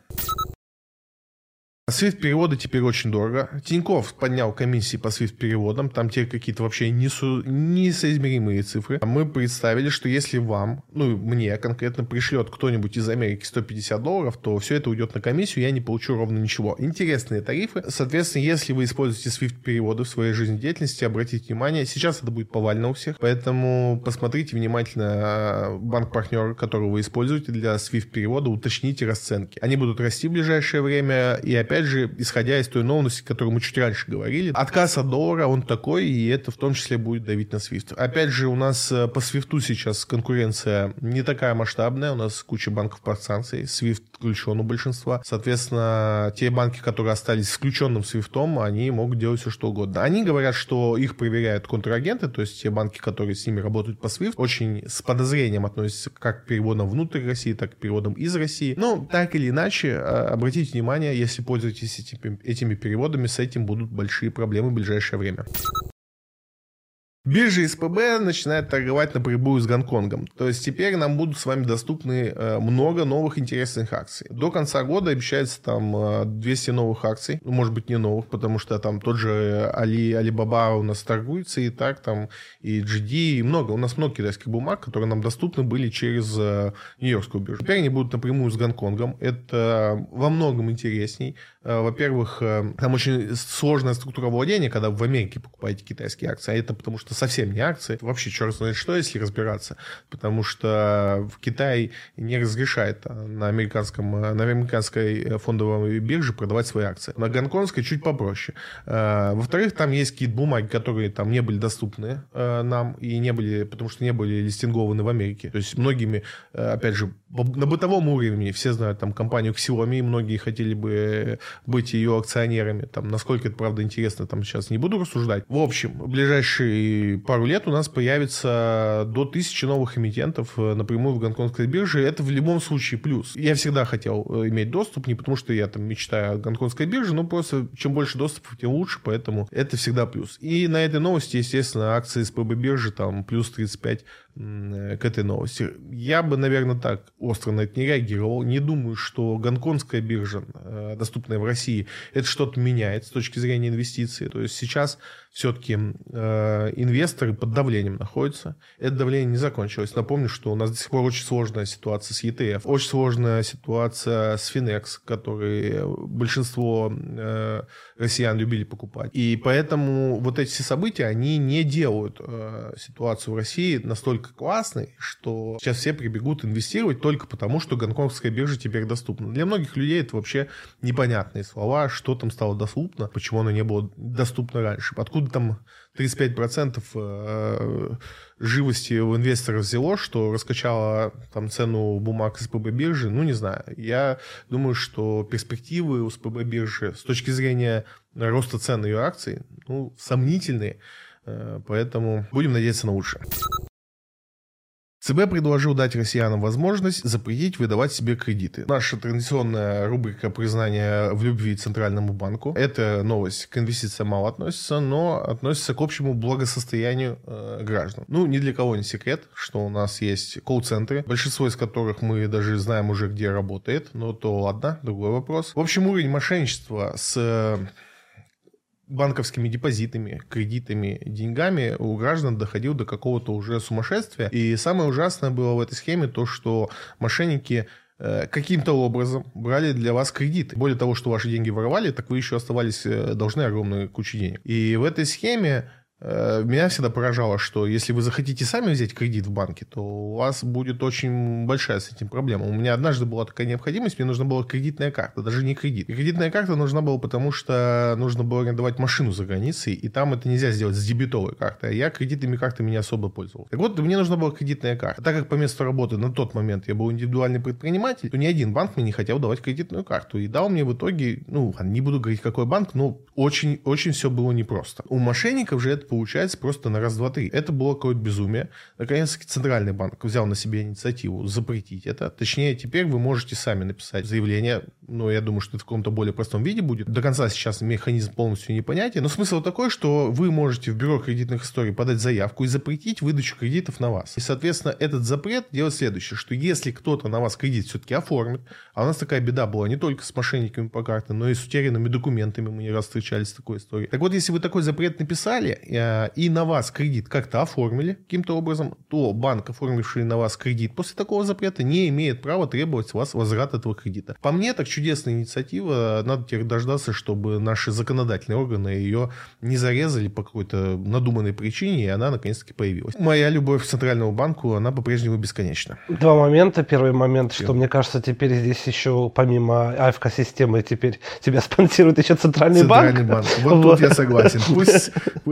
Свифт-переводы теперь очень дорого. Тинькофф поднял комиссии по свифт-переводам. Там теперь какие-то вообще несу... несоизмеримые цифры. Мы представили, что если вам, ну, мне конкретно пришлет кто-нибудь из Америки сто пятьдесят долларов, то все это уйдет на комиссию, я не получу ровно ничего. Интересные тарифы. Соответственно, если вы используете свифт-переводы в своей жизнедеятельности, обратите внимание, сейчас это будет повально у всех, поэтому посмотрите внимательно банк-партнер, который вы используете для свифт-перевода, уточните расценки. Они будут расти в ближайшее время, и опять Опять же, исходя из той новости, о которой мы чуть раньше говорили, отказ от доллара, он такой, и это в том числе будет давить на свифт. Опять же, у нас по свифту сейчас конкуренция не такая масштабная, у нас куча банков под санкцией, свифт включен у большинства. Соответственно, те банки, которые остались с включенным свифтом, они могут делать все, что угодно. Они говорят, что их проверяют контрагенты, то есть те банки, которые с ними работают по свифт, очень с подозрением относятся как к переводам внутрь России, так и к переводам из России. Но так или иначе, обратите внимание, если пользуетесь этими переводами, с этим будут большие проблемы в ближайшее время. Биржа СПБ начинает торговать напрямую с Гонконгом. То есть теперь нам будут с вами доступны много новых интересных акций. До конца года обещается там двести новых акций. Ну, может быть, не новых, потому что там тот же Али, Alibaba у нас торгуется, и так там, и джи ди, и много. У нас много китайских бумаг, которые нам доступны были через Нью-Йоркскую биржу. Теперь они будут напрямую с Гонконгом. Это во многом интересней. Во-первых, там очень сложная структура владения, когда вы в Америке покупаете китайские акции, а это потому что совсем не акции. Это вообще черт знает что, если разбираться, потому что в Китае не разрешает на, американском, на американской фондовой бирже продавать свои акции. На гонконгской чуть попроще. Во-вторых, там есть какие-то бумаги, которые там не были доступны нам, и не были, потому что не были листингованы в Америке. То есть многими, опять же, на бытовом уровне все знают там компанию Xiaomi, многие хотели бы быть ее акционерами. Там, насколько это, правда, интересно, там сейчас не буду рассуждать. В общем, в ближайшие пару лет у нас появится до тысячи новых эмитентов напрямую в гонконгской бирже. Это в любом случае плюс. Я всегда хотел иметь доступ, не потому что я там мечтаю о гонконгской бирже, но просто чем больше доступов, тем лучше, поэтому это всегда плюс. И на этой новости, естественно, акции СПБ биржи там плюс тридцать пять к этой новости. Я бы, наверное, так остро на это не реагировал. Не думаю, что гонконгская биржа, доступная в России, это что-то меняет с точки зрения инвестиций. То есть сейчас все-таки э, инвесторы под давлением находятся. Это давление не закончилось. Напомню, что у нас до сих пор очень сложная ситуация с и ти эф, очень сложная ситуация с Finex, который большинство э, россиян любили покупать. И поэтому вот эти все события, они не делают э, ситуацию в России настолько классной, что сейчас все прибегут инвестировать только потому, что гонконгская биржа теперь доступна. Для многих людей это вообще непонятные слова, что там стало доступно, почему оно не было доступно раньше. Откуда там тридцать пять процентов живости у инвесторов взяло, что раскачало там цену бумаг СПБ биржи, ну не знаю. Я думаю, что перспективы у СПБ биржи с точки зрения роста цен ее акций, ну, сомнительные, поэтому будем надеяться на лучшее. ЦБ предложил дать россиянам возможность запретить выдавать себе кредиты. Наша традиционная рубрика признания в любви Центральному банку. Эта новость к инвестициям мало относится, но относится к общему благосостоянию э, граждан. Ну, ни для кого не секрет, что у нас есть колл-центры, большинство из которых мы даже знаем уже, где работает, но то ладно, другой вопрос. В общем, уровень мошенничества с банковскими депозитами, кредитами, деньгами у граждан доходил до какого-то уже сумасшествия. И самое ужасное было в этой схеме то, что мошенники каким-то образом брали для вас кредиты. Более того, что ваши деньги воровали, так вы еще оставались должны огромную кучу денег. И в этой схеме меня всегда поражало, что если вы захотите сами взять кредит в банке, то у вас будет очень большая с этим проблема. У меня однажды была такая необходимость, мне нужна была кредитная карта, даже не кредит. И кредитная карта нужна была, потому что нужно было арендовать машину за границей, и там это нельзя сделать с дебетовой картой, а я кредитными картами не особо пользовался. Так вот, мне нужна была кредитная карта. Так как по месту работы на тот момент я был индивидуальный предприниматель, то ни один банк мне не хотел давать кредитную карту. И дал мне в итоге, ну, не буду говорить, какой банк, но очень-очень все было непросто. У мошенников же это получается просто на раз, два, три. Это было какое-то безумие. Наконец-таки Центральный банк взял на себя инициативу запретить это. Точнее, теперь вы можете сами написать заявление, но я думаю, что это в каком-то более простом виде будет. До конца сейчас механизм полностью непонятен, но смысл такой, что вы можете в бюро кредитных историй подать заявку и запретить выдачу кредитов на вас. И, соответственно, этот запрет делает следующее, что если кто-то на вас кредит все-таки оформит, а у нас такая беда была не только с мошенниками по карте, но и с утерянными документами, мы не раз встречались с такой историей. Так вот, если вы такой запрет написали, и на вас кредит как-то оформили каким-то образом, то банк, оформивший на вас кредит после такого запрета, не имеет права требовать с вас возврат этого кредита. По мне, так чудесная инициатива. Надо теперь дождаться, чтобы наши законодательные органы ее не зарезали по какой-то надуманной причине, и она наконец-таки появилась. Моя любовь к Центральному банку, она по-прежнему бесконечна. Два момента. Первый момент, что мне кажется, теперь здесь еще помимо АФК-системы теперь тебя спонсирует еще Центральный, Центральный банк. банк. Вот тут я согласен. Пусть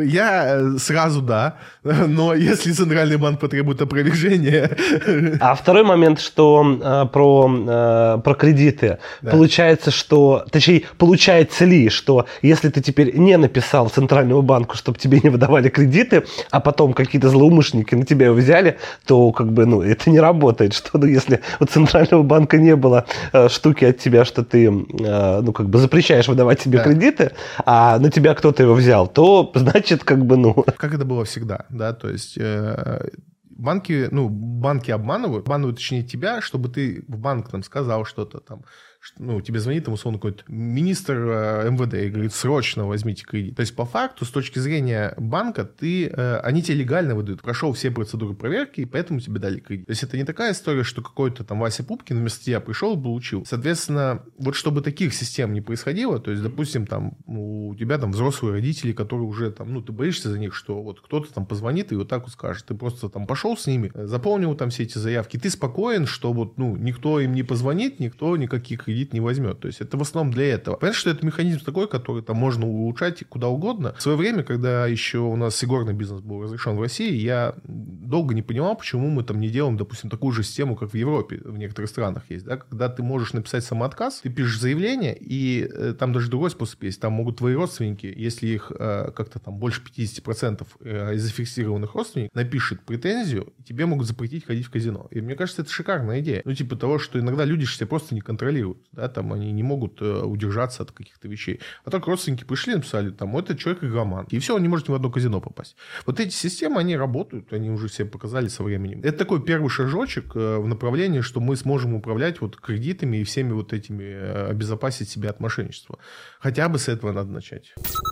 я сразу да, но если Центральный банк потребует опровержения... А второй момент, что э, про, э, про кредиты. Да. Получается, что... Точнее, получается ли, что если ты теперь не написал Центральному банку, чтобы тебе не выдавали кредиты, а потом какие-то злоумышленники на тебя его взяли, то как бы, ну, это не работает. Что, ну, если у Центрального банка не было э, штуки от тебя, что ты, э, ну, как бы запрещаешь выдавать себе да. кредиты, а на тебя кто-то его взял, то, значит, как бы, ну. Как это было всегда, да, то есть... Э, банки, ну, банки обманывают, обманывают, точнее, тебя, чтобы ты в банк там сказал что-то там, ну, тебе звонит там, условно, какой-то министр эм вэ дэ и говорит, срочно возьмите кредит. То есть, по факту, с точки зрения банка, ты, э, они тебе легально выдают, прошел все процедуры проверки, и поэтому тебе дали кредит. То есть, это не такая история, что какой-то там Вася Пупкин вместо тебя пришел и получил. Соответственно, вот чтобы таких систем не происходило, то есть, допустим, там, у тебя там взрослые родители, которые уже там, ну, ты боишься за них, что вот кто-то там позвонит и вот так вот скажет, ты просто там пошел с ними, заполнил там все эти заявки, ты спокоен, что вот, ну, никто им не позвонит, никто никаких кредитов не возьмет. То есть это в основном для этого. Понятно, что это механизм такой, который там можно улучшать куда угодно. В свое время, когда еще у нас игорный бизнес был разрешен в России, я долго не понимал, почему мы там не делаем, допустим, такую же систему, как в Европе, в некоторых странах есть, да, когда ты можешь написать самоотказ, ты пишешь заявление, и э, там даже другой способ есть. Там могут твои родственники, если их э, как-то там больше пятьдесят процентов э, из зафиксированных родственников напишет претензию, тебе могут запретить ходить в казино. И мне кажется, это шикарная идея. Ну, типа того, что иногда люди себя просто не контролируют. Да, там они не могут э, удержаться от каких-то вещей. А так родственники пришли и написали, там, этот человек игроман. И все, он не может ни в одно казино попасть. Вот эти системы, они работают, они уже себе показали со временем. Это такой первый шажочек э, в направлении, что мы сможем управлять вот кредитами и всеми вот этими, э, обезопасить себя от мошенничества. Хотя бы с этого надо начать.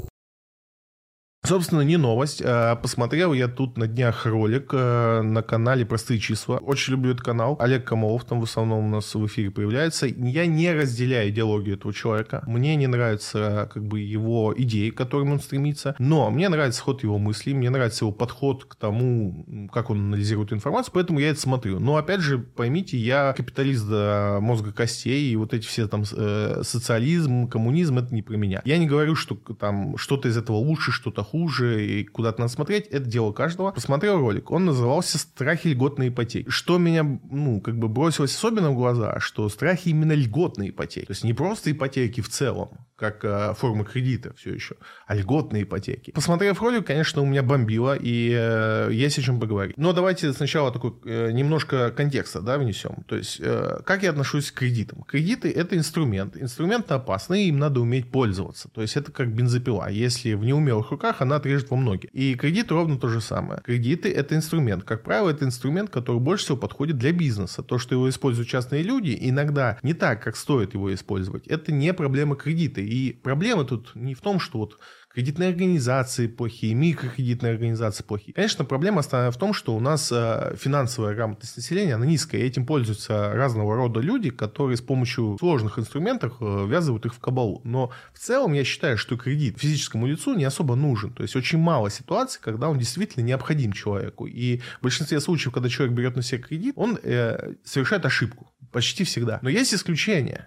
Собственно, не новость. Посмотрел я тут на днях ролик на канале «Простые числа». Очень люблю этот канал. Олег Камолов там в основном у нас в эфире появляется. Я не разделяю идеологию этого человека. Мне не нравятся как бы его идеи, к которым он стремится. Но мне нравится ход его мыслей. Мне нравится его подход к тому, как он анализирует информацию. Поэтому я это смотрю. Но опять же, поймите, я капиталист до мозга костей. И вот эти все там социализм, коммунизм, это не про меня. Я не говорю, что там что-то из этого лучше, что-то хуже. хуже и куда-то надо смотреть, это дело каждого. Посмотрел ролик, он назывался «Страхи льготной ипотеки». Что меня, ну, как бы бросилось особенно в глаза, что страхи именно льготной ипотеки. То есть не просто ипотеки в целом, как э, форма кредита все еще, а льготные ипотеки. Посмотрев ролик, конечно, у меня бомбило, и э, есть о чем поговорить. Но давайте сначала такой э, немножко контекста, да, внесем. То есть, э, как я отношусь к кредитам? Кредиты – это инструмент. Инструмент опасный, им надо уметь пользоваться. То есть, это как бензопила. Если в неумелых руках, она отрежет во многие. И кредит ровно то же самое. Кредиты – это инструмент. Как правило, это инструмент, который больше всего подходит для бизнеса. То, что его используют частные люди, иногда не так, как стоит его использовать. Это не проблема кредита. И проблема тут не в том, что вот кредитные организации плохие, микрокредитные организации плохие. Конечно, проблема основная в том, что у нас финансовая грамотность населения, она низкая, и этим пользуются разного рода люди, которые с помощью сложных инструментов ввязывают их в кабалу. Но в целом я считаю, что кредит физическому лицу не особо нужен. То есть очень мало ситуаций, когда он действительно необходим человеку. И в большинстве случаев, когда человек берет на себя кредит, он э, совершает ошибку. Почти всегда. Но есть исключения.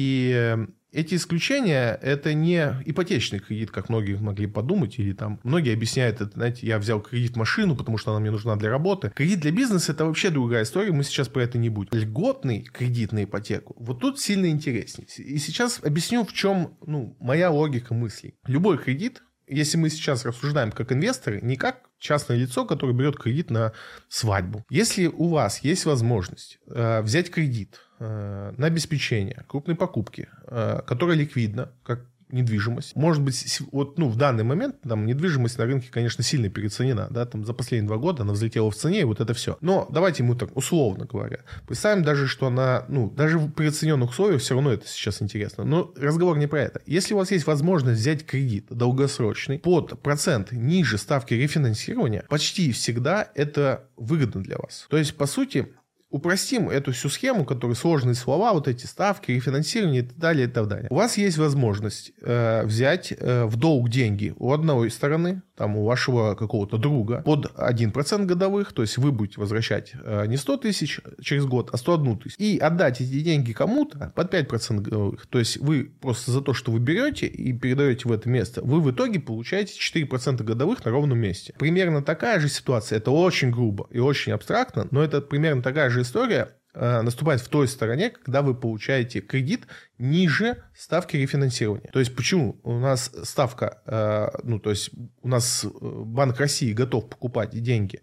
И эти исключения – это не ипотечный кредит, как многие могли подумать, или там многие объясняют это, знаете, я взял кредит машину, потому что она мне нужна для работы. Кредит для бизнеса – это вообще другая история, мы сейчас про это не будем. Льготный кредит на ипотеку, вот тут сильно интереснее. И сейчас объясню, в чем, ну, моя логика мыслей. Любой кредит, если мы сейчас рассуждаем как инвесторы, не как частное лицо, которое берет кредит на свадьбу. Если у вас есть возможность э, взять кредит э, на обеспечение крупной покупки, э, которая ликвидна, как недвижимость. Может быть, вот, ну, в данный момент там недвижимость на рынке, конечно, сильно переоценена, да, там за последние два года она взлетела в цене, и вот это все. Но давайте мы так, условно говоря, представим даже, что она, ну, даже в переоцененных условиях все равно это сейчас интересно. Но разговор не про это. Если у вас есть возможность взять кредит долгосрочный под процент ниже ставки рефинансирования, почти всегда это выгодно для вас. То есть, по сути, упростим эту всю схему, которая сложные слова, вот эти ставки, рефинансирование и так далее, и так далее. У вас есть возможность э, взять э, в долг деньги у одной стороны, там у вашего какого-то друга, под один процент годовых, то есть вы будете возвращать э, не сто тысяч через год, а сто одну тысячу, и отдать эти деньги кому-то под пять процентов годовых. То есть вы просто за то, что вы берете и передаете в это место, вы в итоге получаете четыре процента годовых на ровном месте. Примерно такая же ситуация, это очень грубо и очень абстрактно, но это примерно такая же история э, наступает в той стороне, когда вы получаете кредит ниже ставки рефинансирования. То есть почему у нас ставка, э, ну то есть у нас Банк России готов покупать деньги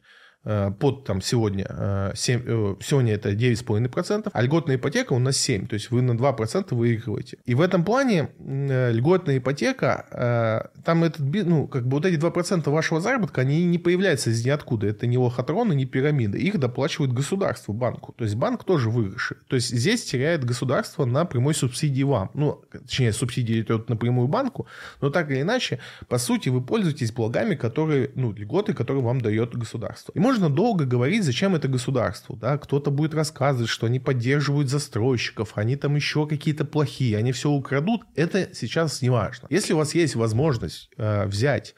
под там сегодня, семь, сегодня это девять целых пять десятых процента, а льготная ипотека у нас семь, то есть вы на два процента выигрываете. И в этом плане льготная ипотека, там этот, ну, как бы вот эти два процента вашего заработка, они не появляются из ниоткуда, это не лохотрон и не пирамида, их доплачивает государство банку, то есть банк тоже выигрыши. То есть здесь теряет государство на прямой субсидии вам, ну, точнее, субсидии идет напрямую банку, но так или иначе, по сути, вы пользуетесь благами, которые, ну, льготы, которые вам дает государство. И можно долго говорить, зачем это государству, да, кто-то будет рассказывать, что они поддерживают застройщиков, они там еще какие-то плохие, они все украдут, это сейчас не важно. Если у вас есть возможность э, взять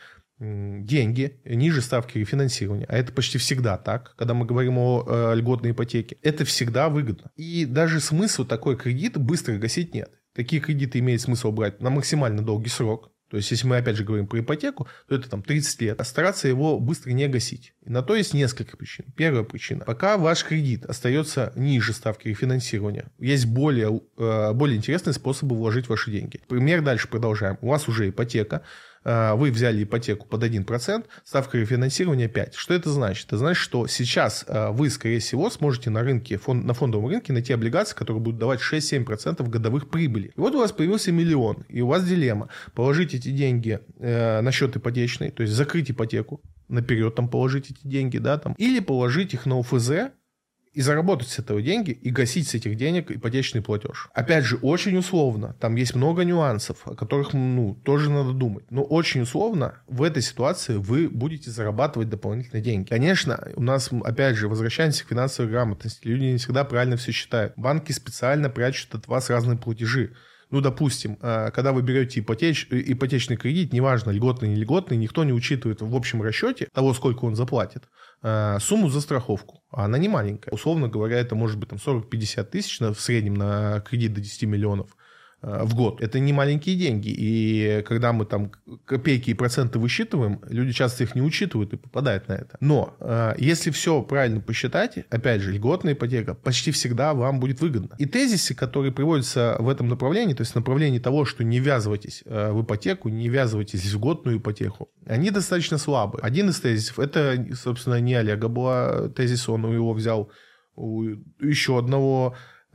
деньги ниже ставки рефинансирования, а это почти всегда так, когда мы говорим о э, льготной ипотеке, это всегда выгодно. И даже смысла такой кредит быстро гасить нет. Такие кредиты имеет смысл брать на максимально долгий срок. То есть, если мы опять же говорим про ипотеку, то это там тридцать лет. А стараться его быстро не гасить. И на то есть несколько причин. Первая причина. Пока ваш кредит остается ниже ставки рефинансирования, есть более, более интересные способы вложить ваши деньги. Пример дальше продолжаем. У вас уже ипотека. Вы взяли ипотеку под один процент, ставка рефинансирования пять процентов. Что это значит? Это значит, что сейчас вы, скорее всего, сможете на рынке, на фондовом рынке найти облигации, которые будут давать шесть-семь процентов годовых прибыли. И вот у вас появился миллион, и у вас дилемма. Положить эти деньги на счет ипотечный, то есть закрыть ипотеку, наперед там положить эти деньги, да, там, или положить их на ОФЗ, и заработать с этого деньги, и гасить с этих денег ипотечный платеж. Опять же, очень условно. Там есть много нюансов, о которых, ну, тоже надо думать. Но очень условно в этой ситуации вы будете зарабатывать дополнительные деньги. Конечно, у нас, опять же, возвращаемся к финансовой грамотности. Люди не всегда правильно все считают. Банки специально прячут от вас разные платежи. Ну, допустим, когда вы берете ипотеч, ипотечный кредит, неважно, льготный, не льготный, никто не учитывает в общем расчете того, сколько он заплатит, сумму за страховку. А она не маленькая. Условно говоря, это может быть там сорок-пятьдесят тысяч в среднем на кредит до десяти миллионов в год. Это не маленькие деньги. И когда мы там копейки и проценты высчитываем, люди часто их не учитывают и попадают на это. Но э, если все правильно посчитать, опять же, льготная ипотека почти всегда вам будет выгодна. И тезисы, которые приводятся в этом направлении, то есть в направлении того, что не ввязывайтесь э, в ипотеку, не ввязывайтесь в льготную ипотеку, они достаточно слабы. Один из тезисов, это, собственно, не Олега была тезис, он его взял у еще одного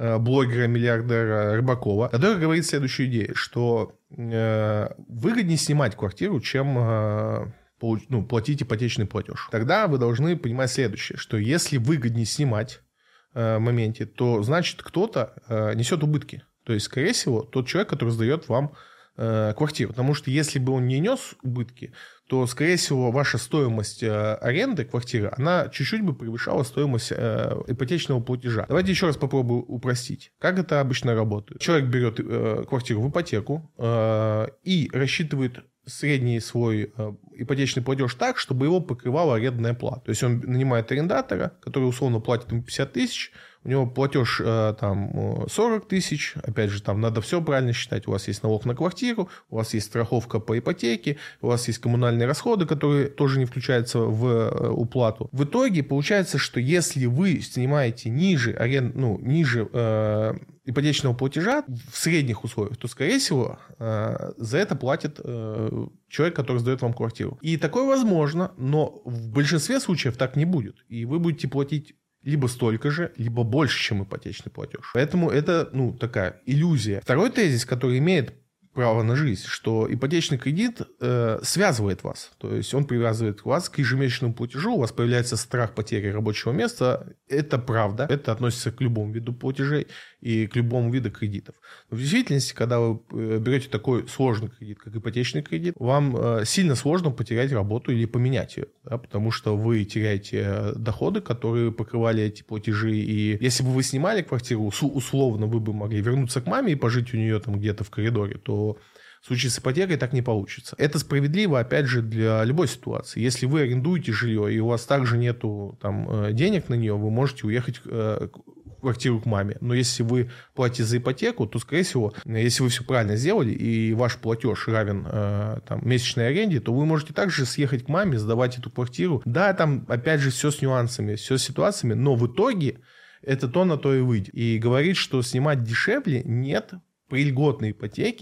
блогера-миллиардера Рыбакова, который говорит следующую идею, что э, выгоднее снимать квартиру, чем э, получ, ну, платить ипотечный платеж. Тогда вы должны понимать следующее, что если выгоднее снимать э, в моменте, то значит кто-то э, несет убытки. То есть, скорее всего, тот человек, который сдает вам э, квартиру. Потому что если бы он не нес убытки, то, скорее всего, ваша стоимость э, аренды квартиры, она чуть-чуть бы превышала стоимость э, ипотечного платежа. Давайте еще раз попробую упростить. Как это обычно работает? Человек берет э, квартиру в ипотеку э, и рассчитывает средний свой э, ипотечный платеж так, чтобы его покрывала арендная плата. То есть он нанимает арендатора, который условно платит ему пятьдесят тысяч, у него платеж э, там сорок тысяч, опять же, там надо все правильно считать. У вас есть налог на квартиру, у вас есть страховка по ипотеке, у вас есть коммунальные расходы, которые тоже не включаются в э, уплату. В итоге получается, что если вы снимаете ниже, аренд, ну, ниже э, ипотечного платежа в средних условиях, то, скорее всего, э, за это платит э, человек, который сдает вам квартиру. И такое возможно, но в большинстве случаев так не будет. И вы будете платить либо столько же, либо больше, чем ипотечный платеж. Поэтому это, ну, такая иллюзия. Второй тезис, который имеет право на жизнь, что ипотечный кредит э, связывает вас. То есть он привязывает вас к ежемесячному платежу, у вас появляется страх потери рабочего места. Это правда. Это относится к любому виду платежей и к любому виду кредитов. Но в действительности, когда вы берете такой сложный кредит, как ипотечный кредит, вам э, сильно сложно потерять работу или поменять ее. Да, потому что вы теряете доходы, которые покрывали эти платежи. И если бы вы снимали квартиру, условно вы бы могли вернуться к маме и пожить у нее там где-то в коридоре, то в случае с ипотекой так не получится. Это справедливо, опять же, для любой ситуации. Если вы арендуете жилье, и у вас также нету там денег на нее, вы можете уехать в квартиру к маме. Но если вы платите за ипотеку, то, скорее всего, если вы все правильно сделали, и ваш платеж равен там, месячной аренде, то вы можете также съехать к маме, сдавать эту квартиру. Да, там, опять же, все с нюансами, все с ситуациями, но в итоге это то на то и выйдет. И говорить, что снимать дешевле, нет, при льготной ипотеке,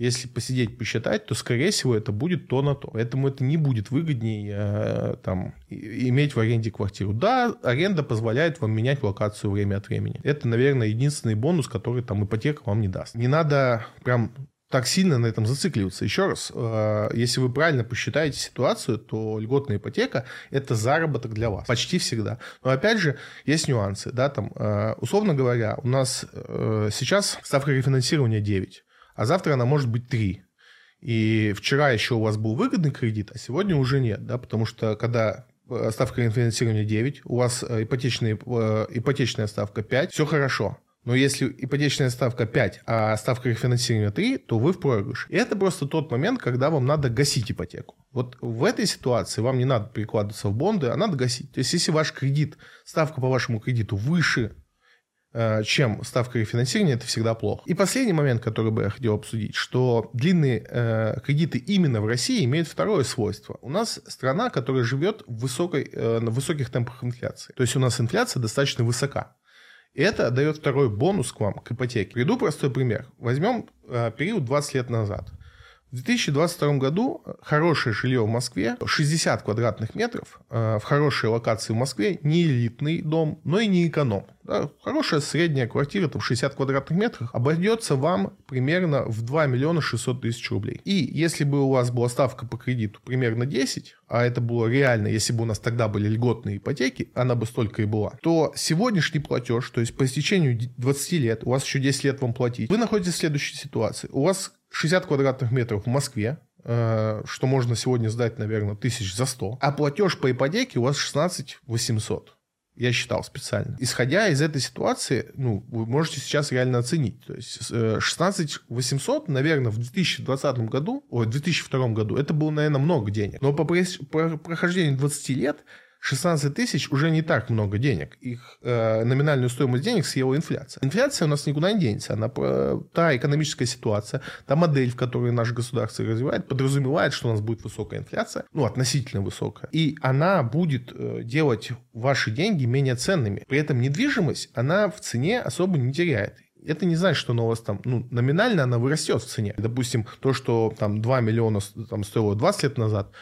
Если посидеть, посчитать, то, скорее всего, это будет то на то. Поэтому это не будет выгоднее э, там, иметь в аренде квартиру. Да, аренда позволяет вам менять локацию время от времени. Это, наверное, единственный бонус, который там ипотека вам не даст. Не надо прям так сильно на этом зацикливаться. Еще раз, э, если вы правильно посчитаете ситуацию, то льготная ипотека – это заработок для вас. Почти всегда. Но, опять же, есть нюансы. Да, там, э, условно говоря, у нас э, сейчас ставка рефинансирования девять. А завтра она может быть три. И вчера еще у вас был выгодный кредит, а сегодня уже нет. Да? Потому что когда ставка рефинансирования девять, у вас ипотечная, ипотечная ставка пять, все хорошо. Но если ипотечная ставка пять, а ставка рефинансирования три, то вы в проигрыше. И это просто тот момент, когда вам надо гасить ипотеку. Вот в этой ситуации вам не надо перекладываться в бонды, а надо гасить. То есть если ваш кредит, ставка по вашему кредиту выше, чем ставка рефинансирования, это всегда плохо. И последний момент, который бы я хотел обсудить, что длинные э, кредиты именно в России имеют второе свойство. У нас страна, которая живет в высокой, э, на высоких темпах инфляции. То есть у нас инфляция достаточно высока. И это дает второй бонус к вам, к ипотеке. Приведу простой пример. Возьмем э, период двадцать лет назад. В две тысячи двадцать втором году хорошее жилье в Москве, шестьдесят квадратных метров, э, в хорошей локации в Москве, не элитный дом, но и не эконом. Да, хорошая средняя квартира, там шестьдесят квадратных метров, обойдется вам примерно в два миллиона шестьсот тысяч рублей. И если бы у вас была ставка по кредиту примерно десять, а это было реально, если бы у нас тогда были льготные ипотеки, она бы столько и была, то сегодняшний платеж, то есть по истечению двадцати лет, у вас еще десять лет вам платить, вы находитесь в следующей ситуации. У вас шестьдесят квадратных метров в Москве, э, что можно сегодня сдать, наверное, тысяч за сто, а платеж по ипотеке у вас шестнадцать тысяч восемьсот. Я считал специально. Исходя из этой ситуации, ну, вы можете сейчас реально оценить. То есть шестнадцать тысяч восемьсот, наверное, в две тысячи двадцатом году, ой, в две тысячи втором году, это было, наверное, много денег. Но по прохождению двадцати лет шестнадцать тысяч уже не так много денег. Их э, номинальную стоимость денег съела инфляция. Инфляция у нас никуда не денется. Она, та экономическая ситуация, та модель, в которой наше государство развивает, подразумевает, что у нас будет высокая инфляция, ну, относительно высокая. И она будет э, делать ваши деньги менее ценными. При этом недвижимость, она в цене особо не теряет. Это не значит, что она у вас там, ну, номинально она вырастет в цене. Допустим, то, что там два миллиона там, стоило двадцать лет назад,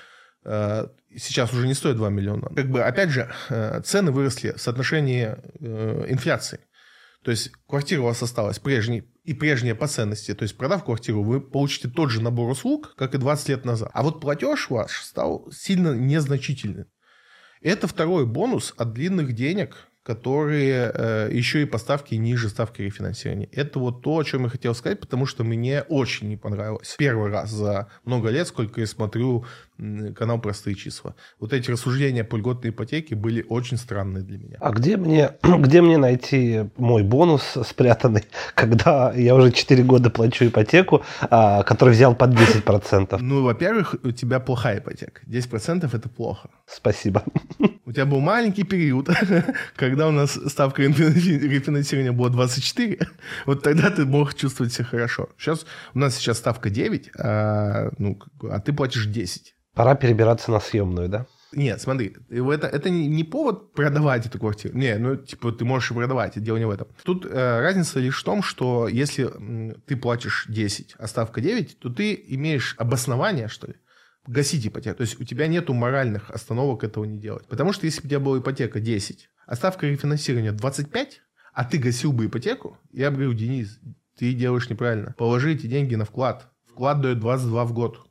сейчас уже не стоит два миллиона. Как бы, опять же, цены выросли в соотношении инфляции. То есть квартира у вас осталась прежней и прежняя по ценности. То есть, продав квартиру, вы получите тот же набор услуг, как и двадцать лет назад. А вот платеж ваш стал сильно незначительным. Это второй бонус от длинных денег, которые э, еще и по ставке ниже ставки рефинансирования. Это вот то, о чем я хотел сказать, потому что мне очень не понравилось. Первый раз за много лет, сколько я смотрю канал «Простые числа». Вот эти рассуждения по льготной ипотеке были очень странные для меня. А где мне, где мне найти мой бонус спрятанный, когда я уже четыре года плачу ипотеку, а, который взял под десять процентов? Ну, во-первых, у тебя плохая ипотека. десять процентов это плохо. Спасибо. У тебя был маленький период, когда у нас ставка рефинансирования была двадцать четыре, вот тогда ты мог чувствовать себя хорошо. Сейчас у нас сейчас ставка девять, а, ну, а ты платишь десять. Пора перебираться на съемную, да? Нет, смотри, это, это не, не повод продавать эту квартиру. Не, ну, типа, ты можешь и продавать, дело не в этом. Тут э, разница лишь в том, что если м, ты платишь десять, а ставка девять, то ты имеешь обоснование, что ли, гасить ипотеку. То есть у тебя нету моральных остановок этого не делать. Потому что если бы у тебя была ипотека десять, а ставка рефинансирования двадцать пять, а ты гасил бы ипотеку, я бы говорю, Денис, ты делаешь неправильно. Положи эти деньги на вклад. Вклад дает двадцать два в год.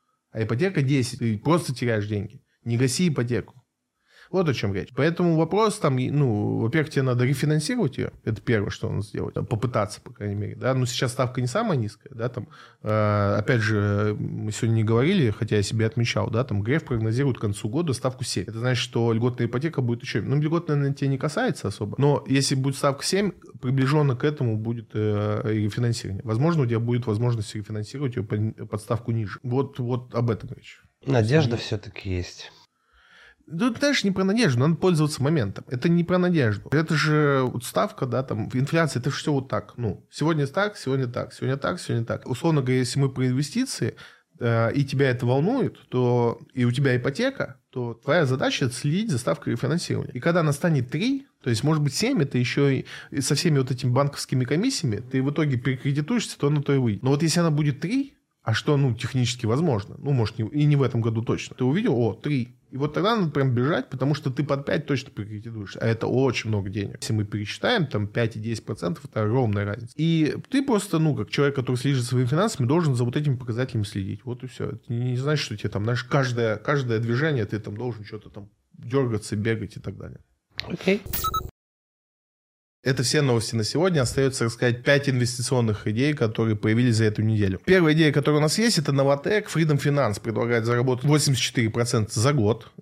А ипотека десять, ты просто теряешь деньги. Не гаси ипотеку. Вот о чем речь. Поэтому вопрос там, ну, во-первых, тебе надо рефинансировать ее. Это первое, что надо сделать. Попытаться, по крайней мере. Да? Ну, сейчас ставка не самая низкая. Да? Там, э, опять же, мы сегодня не говорили, хотя я себе отмечал, да, там Греф прогнозирует к концу года ставку семь. Это значит, что льготная ипотека будет еще... Ну, льготная, наверное, тебя не касается особо. Но если будет ставка семь, приближенно к этому будет э, рефинансирование. Возможно, у тебя будет возможность рефинансировать ее под, под ставку ниже. Вот, вот об этом речь. Надежда все-таки есть. Тут, знаешь, не про надежду, надо пользоваться моментом. Это не про надежду. Это же вот ставка, да, там, инфляция, это же все вот так. Ну, сегодня так, сегодня так, сегодня так, сегодня так. Условно говоря, если мы про инвестиции, э, и тебя это волнует, то и у тебя ипотека, то твоя задача следить за ставкой рефинансирования. И когда она станет три, то есть, может быть, семь, это еще и со всеми вот этими банковскими комиссиями, ты в итоге перекредитуешься, то на то и выйдет. Но вот если она будет три, А что, ну, технически возможно. Ну, может, не, и не в этом году точно. Ты увидел, о, три. И вот тогда надо прям бежать, потому что ты под пять точно претендуешь. А это очень много денег. Если мы пересчитаем, там пять и десять процентов, это огромная разница. И ты просто, ну, как человек, который следит за своими финансами, должен за вот этими показателями следить. Вот и все. Это не, не значит, что тебе там, знаешь, каждое, каждое движение ты там должен что-то там дергаться, бегать и так далее. Окей. Это все новости на сегодня. Остается рассказать пять инвестиционных идей, которые появились за эту неделю. Первая идея, которая у нас есть, это Novatec. Freedom Finance предлагает заработать восемьдесят четыре процента за год.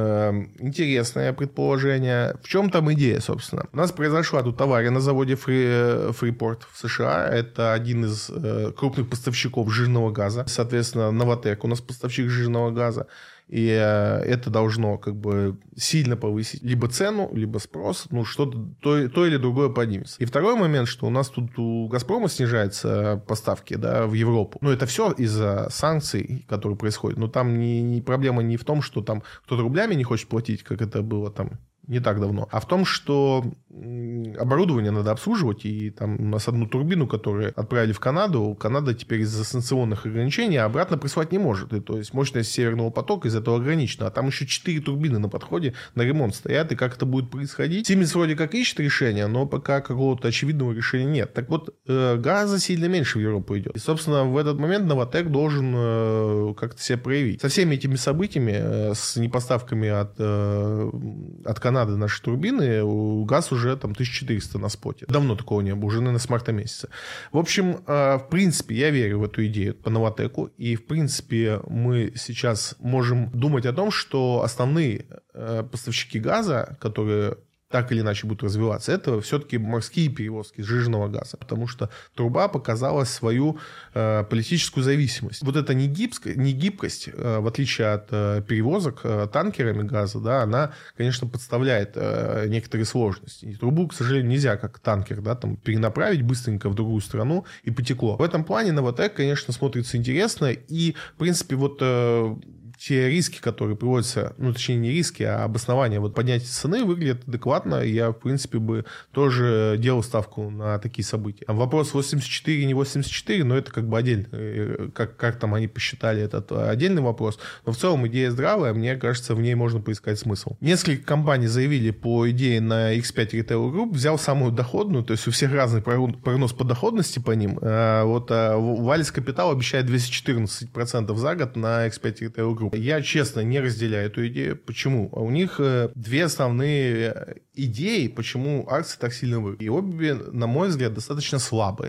Интересное предположение. В чем там идея, собственно? У нас произошла тут авария на заводе Freeport в США. Это один из крупных поставщиков жирного газа. Соответственно, Novatec у нас поставщик жирного газа. И это должно как бы сильно повысить либо цену, либо спрос, ну что-то то, то или другое поднимется. И второй момент, что у нас тут у «Газпрома» снижаются поставки, да, в Европу. Ну это все из-за санкций, которые происходят. Но там не, не, проблема не в том, что там кто-то рублями не хочет платить, как это было там не так давно, а в том, что оборудование надо обслуживать, и там у нас одну турбину, которую отправили в Канаду, Канада теперь из-за санкционных ограничений обратно прислать не может. И, то есть мощность Северного потока из этого ограничена, а там еще четыре турбины на подходе на ремонт стоят, и как это будет происходить? Siemens вроде как ищет решение, но пока какого-то очевидного решения нет. Так вот, э, газа сильно меньше в Европу идет. И, собственно, в этот момент Novatec должен э, как-то себя проявить. Со всеми этими событиями, э, с непоставками от, э, от Канады Канады наши турбины, газ уже там тысяча четыреста на споте. Давно такого не было, уже, наверное, с марта месяца. В общем, в принципе, я верю в эту идею по Novatec, и, в принципе, мы сейчас можем думать о том, что основные поставщики газа, которые так или иначе будут развиваться, это все-таки морские перевозки жирного газа, потому что труба показала свою э, политическую зависимость. Вот эта негибкость, негибкость э, в отличие от э, перевозок э, танкерами газа, да, она, конечно, подставляет э, некоторые сложности. И трубу, к сожалению, нельзя, как танкер, да, там, перенаправить быстренько в другую страну, и потекло. В этом плане Novatec, конечно, смотрится интересно, и, в принципе, вот... Э, те риски, которые приводятся, ну, точнее, не риски, а обоснования вот поднятия цены выглядят адекватно. Я, в принципе, бы тоже делал ставку на такие события. Вопрос восемьдесят четыре, не восемьдесят четыре, но это как бы отдельно. Как, как там они посчитали, этот отдельный вопрос. Но в целом идея здравая, мне кажется, в ней можно поискать смысл. Несколько компаний заявили по идее на икс пять Retail Group, взял самую доходную, то есть у всех разный прогноз по доходности по ним. Вот Валис Капитал обещает двести четырнадцать процентов за год на икс пять Retail Group. Я, честно, не разделяю эту идею. Почему? У них две основные идеи, почему акции так сильно выросли. И обе, на мой взгляд, достаточно слабые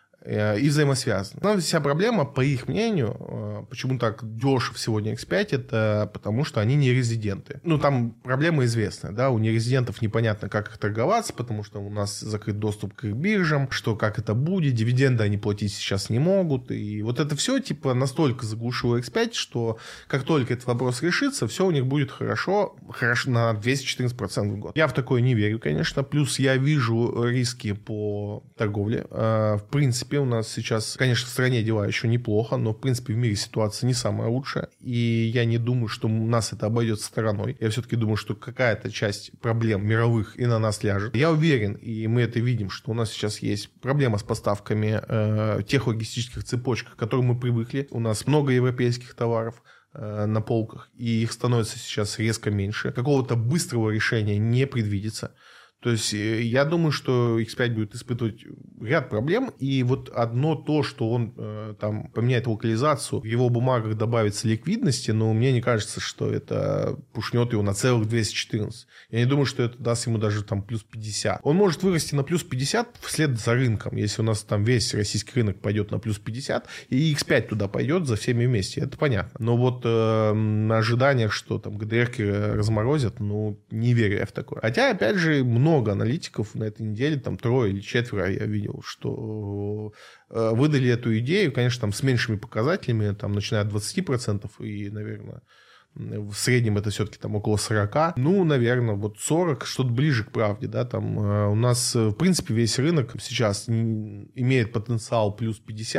и взаимосвязаны. Но вся проблема, по их мнению, почему так дешев сегодня икс пять, это потому, что они не резиденты. Ну, там проблема известная, да, у нерезидентов непонятно, как их торговаться, потому что у нас закрыт доступ к их биржам, что как это будет, дивиденды они платить сейчас не могут, и вот это все, типа, настолько заглушило икс пять, что как только этот вопрос решится, все у них будет хорошо, хорошо на двести четырнадцать процентов в год. Я в такое не верю, конечно, плюс я вижу риски по торговле. В принципе, у нас сейчас, конечно, в стране дела еще неплохо, но, в принципе, в мире ситуация не самая лучшая, и я не думаю, что у нас это обойдет стороной. Я все-таки думаю, что какая-то часть проблем мировых и на нас ляжет. Я уверен, и мы это видим, что у нас сейчас есть проблема с поставками э, тех логистических цепочек, к которым мы привыкли. У нас много европейских товаров э, на полках, и их становится сейчас резко меньше. Какого-то быстрого решения не предвидится. То есть я думаю, что икс пять будет испытывать ряд проблем, и вот одно то, что он э, там поменяет локализацию, в его бумагах добавится ликвидности, но мне не кажется, что это пушнет его на целых двести четырнадцать. Я не думаю, что это даст ему даже там плюс пятьдесят. Он может вырасти на плюс пятьдесят вслед за рынком, если у нас там весь российский рынок пойдет на плюс пятьдесят, и икс пять туда пойдет за всеми вместе, это понятно. Но вот э, на ожиданиях, что там гэ дэ эрки разморозят, ну, не верю я в такое. Хотя, опять же, много много аналитиков на этой неделе, там трое или четверо я видел, что выдали эту идею, конечно, там с меньшими показателями, там начиная от двадцати процентов и, наверное, в среднем это все-таки там около сорока. Ну, наверное, вот сорок, что-то ближе к правде, да, там у нас, в принципе, весь рынок сейчас имеет потенциал плюс пятьдесят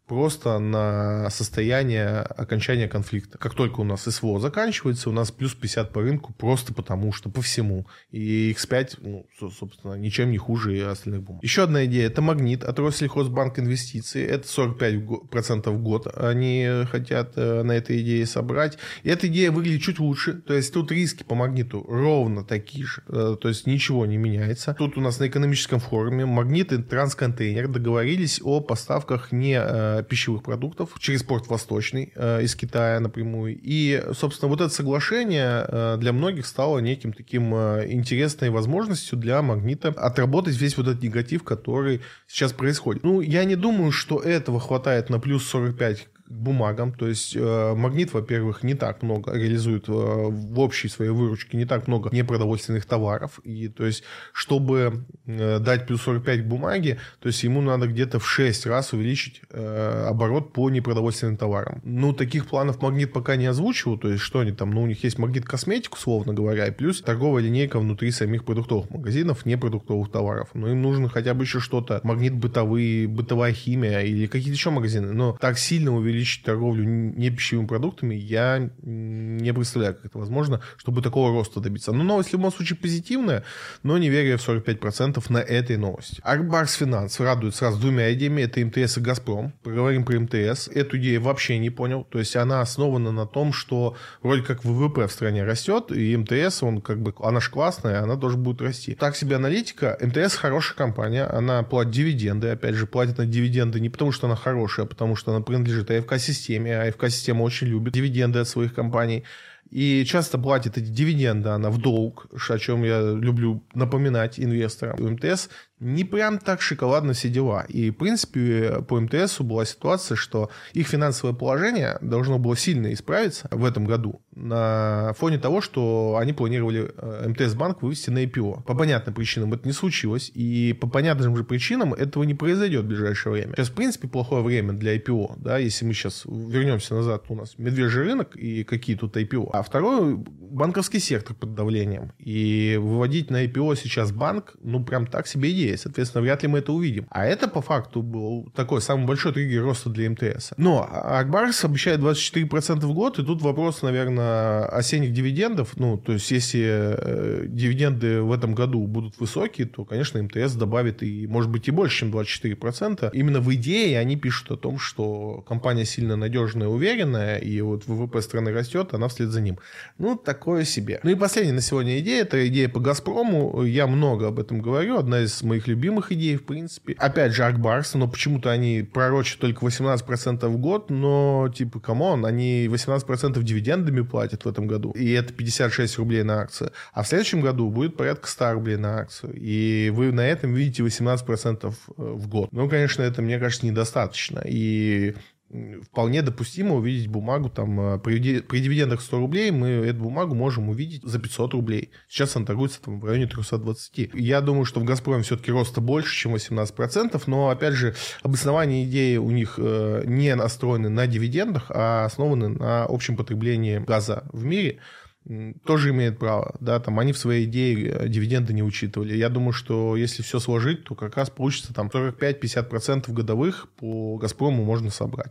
просто на состояние окончания конфликта. Как только у нас СВО заканчивается, у нас плюс пятьдесят по рынку просто потому, что по всему. И икс пять, ну, собственно, ничем не хуже остальных бумаг. Еще одна идея – это Магнит от Россельхозбанк Инвестиций. Это сорок пять процентов в год они хотят на этой идее собрать. И эта идея выглядит чуть лучше. То есть тут риски по Магниту ровно такие же. То есть ничего не меняется. Тут у нас на экономическом форуме Магнит и Трансконтейнер договорились о поставках не пищевых продуктов через порт Восточный э, из Китая напрямую. И, собственно, вот это соглашение э, для многих стало неким таким э, интересной возможностью для Магнита отработать весь вот этот негатив, который сейчас происходит. Ну, я не думаю, что этого хватает на плюс сорок пять к бумагам. То есть э, Магнит, во-первых, не так много реализует э, в общей своей выручке, не так много непродовольственных товаров. И то есть, чтобы э, дать плюс сорок пять к бумаге, то есть ему надо где-то в шесть раз увеличить э, оборот по непродовольственным товарам. Ну, таких планов Магнит пока не озвучивал. То есть, что они там? Ну, у них есть Магнит косметику, словно говоря, и плюс торговая линейка внутри самих продуктовых магазинов, непродуктовых товаров. Но им нужно хотя бы еще что-то. Магнит бытовые, бытовая химия или какие-то еще магазины. Но так сильно увеличить торговлю не пищевыми продуктами, я не представляю, как это возможно, чтобы такого роста добиться. Но новость в любом случае позитивная, но неверие в сорок пять процентов на этой новости. Аркбарс Финанс радует сразу двумя идеями. Это МТС и Газпром. Поговорим про МТС. Эту идею вообще не понял. То есть она основана на том, что вроде как ВВП в стране растет, и МТС, он как бы, она же классная, она тоже будет расти. Так себе аналитика. МТС хорошая компания, она платит дивиденды. Опять же, платит на дивиденды не потому, что она хорошая, а потому что она принадлежит АФК-системе. АФК-система очень любит дивиденды от своих компаний. И часто платит эти дивиденды она в долг, о чем я люблю напоминать инвесторам. У МТС не прям так шоколадно все дела. И, в принципе, по МТСу была ситуация, что их финансовое положение должно было сильно исправиться в этом году на фоне того, что они планировали МТС-банк вывести на ай пи о. По понятным причинам это не случилось, и по понятным же причинам этого не произойдет в ближайшее время. Сейчас, в принципе, плохое время для ай пи о. Да? Если мы сейчас вернемся назад, у нас медвежий рынок и какие тут ай пи о. А второй – банковский сектор под давлением. И выводить на ай пи о сейчас банк, ну, прям так себе идея. Соответственно, вряд ли мы это увидим. А это, по факту, был такой самый большой триггер роста для МТС. Но Аркбарс обещает двадцать четыре процента в год, и тут вопрос, наверное, осенних дивидендов. Ну, то есть, если э, дивиденды в этом году будут высокие, то, конечно, МТС добавит и, может быть, и больше, чем двадцать четыре процента. Именно в идее они пишут о том, что компания сильно надежная и уверенная, и вот ВВП страны растет, она вслед за ним. Ну, такое себе. Ну и последняя на сегодня идея, это идея по Газпрому. Я много об этом говорю, одна из моих любимых идей, в принципе. Опять же, Аркбарс, но почему-то они пророчат только восемнадцать процентов в год, но, типа, камон, они восемнадцать процентов дивидендами платят в этом году, и это пятьдесят шесть рублей на акцию. А в следующем году будет порядка сто рублей на акцию, и вы на этом видите восемнадцать процентов в год. Ну, конечно, это, мне кажется, недостаточно, и вполне допустимо увидеть бумагу там при, при дивидендах сто рублей, мы эту бумагу можем увидеть за пятьсот рублей. Сейчас она торгуется там в районе триста двадцать. Я думаю, что в Газпроме все-таки роста больше, чем восемнадцать процентов, но, опять же, обоснование идеи у них э, не настроены на дивидендах, а основаны на общем потреблении газа в мире. Тоже имеет право, да, там они в своей идее дивиденды не учитывали. Я думаю, что если все сложить, то как раз получится там сорок пять - пятьдесят процентов годовых по Газпрому можно собрать.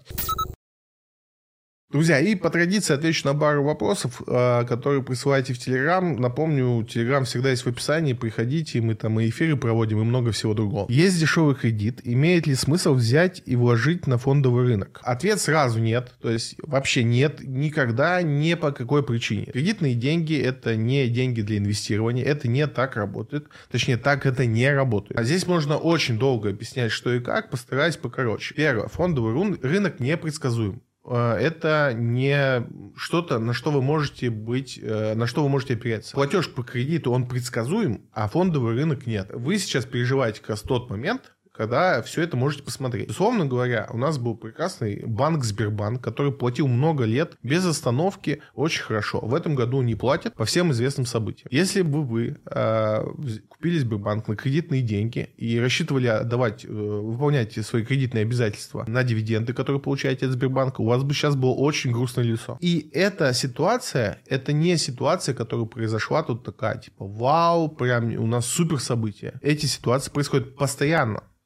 Друзья, и по традиции отвечу на пару вопросов, которые присылаете в Телеграм. Напомню, Телеграм всегда есть в описании, приходите, мы там и эфиры проводим, и много всего другого. Есть дешевый кредит, имеет ли смысл взять и вложить на фондовый рынок? Ответ сразу нет, то есть вообще нет, никогда, ни по какой причине. Кредитные деньги – это не деньги для инвестирования, это не так работает, точнее, так это не работает. А здесь можно очень долго объяснять, что и как, постараюсь покороче. Первое, фондовый рынок непредсказуем. Это не что-то, на что вы можете быть, на что вы можете опереться. Платеж по кредиту, он предсказуем, а фондовый рынок нет. Вы сейчас переживаете как раз тот момент, когда все это можете посмотреть. Условно говоря, у нас был прекрасный банк Сбербанк, который платил много лет без остановки очень хорошо. В этом году не платит по всем известным событиям. Если бы вы э, купили Сбербанк на кредитные деньги и рассчитывали отдавать, э, выполнять свои кредитные обязательства на дивиденды, которые получаете от Сбербанка, у вас бы сейчас было очень грустное лицо. И эта ситуация, это не ситуация, которая произошла тут такая, типа, вау, прям у нас супер событие. Эти ситуации происходят постоянно.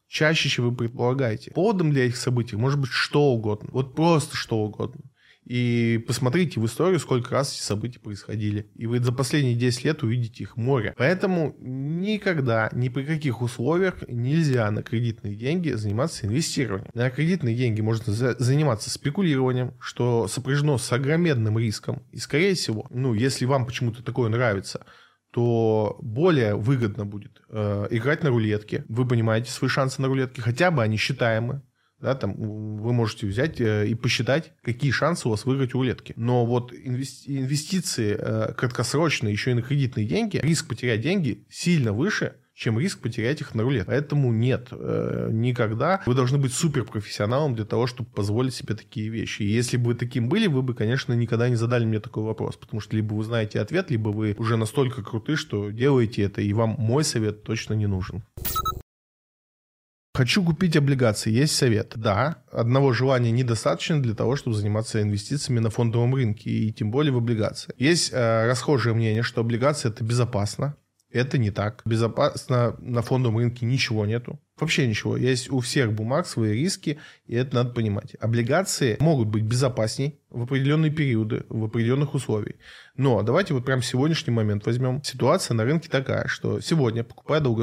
чаще, чем вы предполагаете. Поводом для этих событий может быть что угодно. Вот просто что угодно. И посмотрите в историю, сколько раз эти события происходили. И вы за последние десять лет увидите их море. Поэтому никогда, ни при каких условиях нельзя на кредитные деньги заниматься инвестированием. На кредитные деньги можно за- заниматься спекулированием, что сопряжено с огромным риском. И, скорее всего, ну, если вам почему-то такое нравится, то более выгодно будет э, играть на рулетке. Вы понимаете свои шансы на рулетке, хотя бы они считаемы. Да, там вы можете взять э, и посчитать, какие шансы у вас выиграть в рулетке. Но вот инвести- инвестиции э, краткосрочные, еще и на кредитные деньги, риск потерять деньги сильно выше, чем риск потерять их на рулетке. Поэтому нет, э, никогда. Вы должны быть суперпрофессионалом для того, чтобы позволить себе такие вещи. И если бы вы таким были, вы бы, конечно, никогда не задали мне такой вопрос. Потому что либо вы знаете ответ, либо вы уже настолько круты, что делаете это, и вам мой совет точно не нужен. Хочу купить облигации. Есть совет? Да, одного желания недостаточно для того, чтобы заниматься инвестициями на фондовом рынке, и тем более в облигации. Есть э, расхожее мнение, что облигации – это безопасно. Это не так. Безопасно на фондовом рынке ничего нету. Вообще ничего. Есть у всех бумаг свои риски, и это надо понимать. Облигации могут быть безопасней в определенные периоды, в определенных условиях. Но давайте вот прям сегодняшний момент возьмем. Ситуация на рынке такая, что сегодня, покупая долго,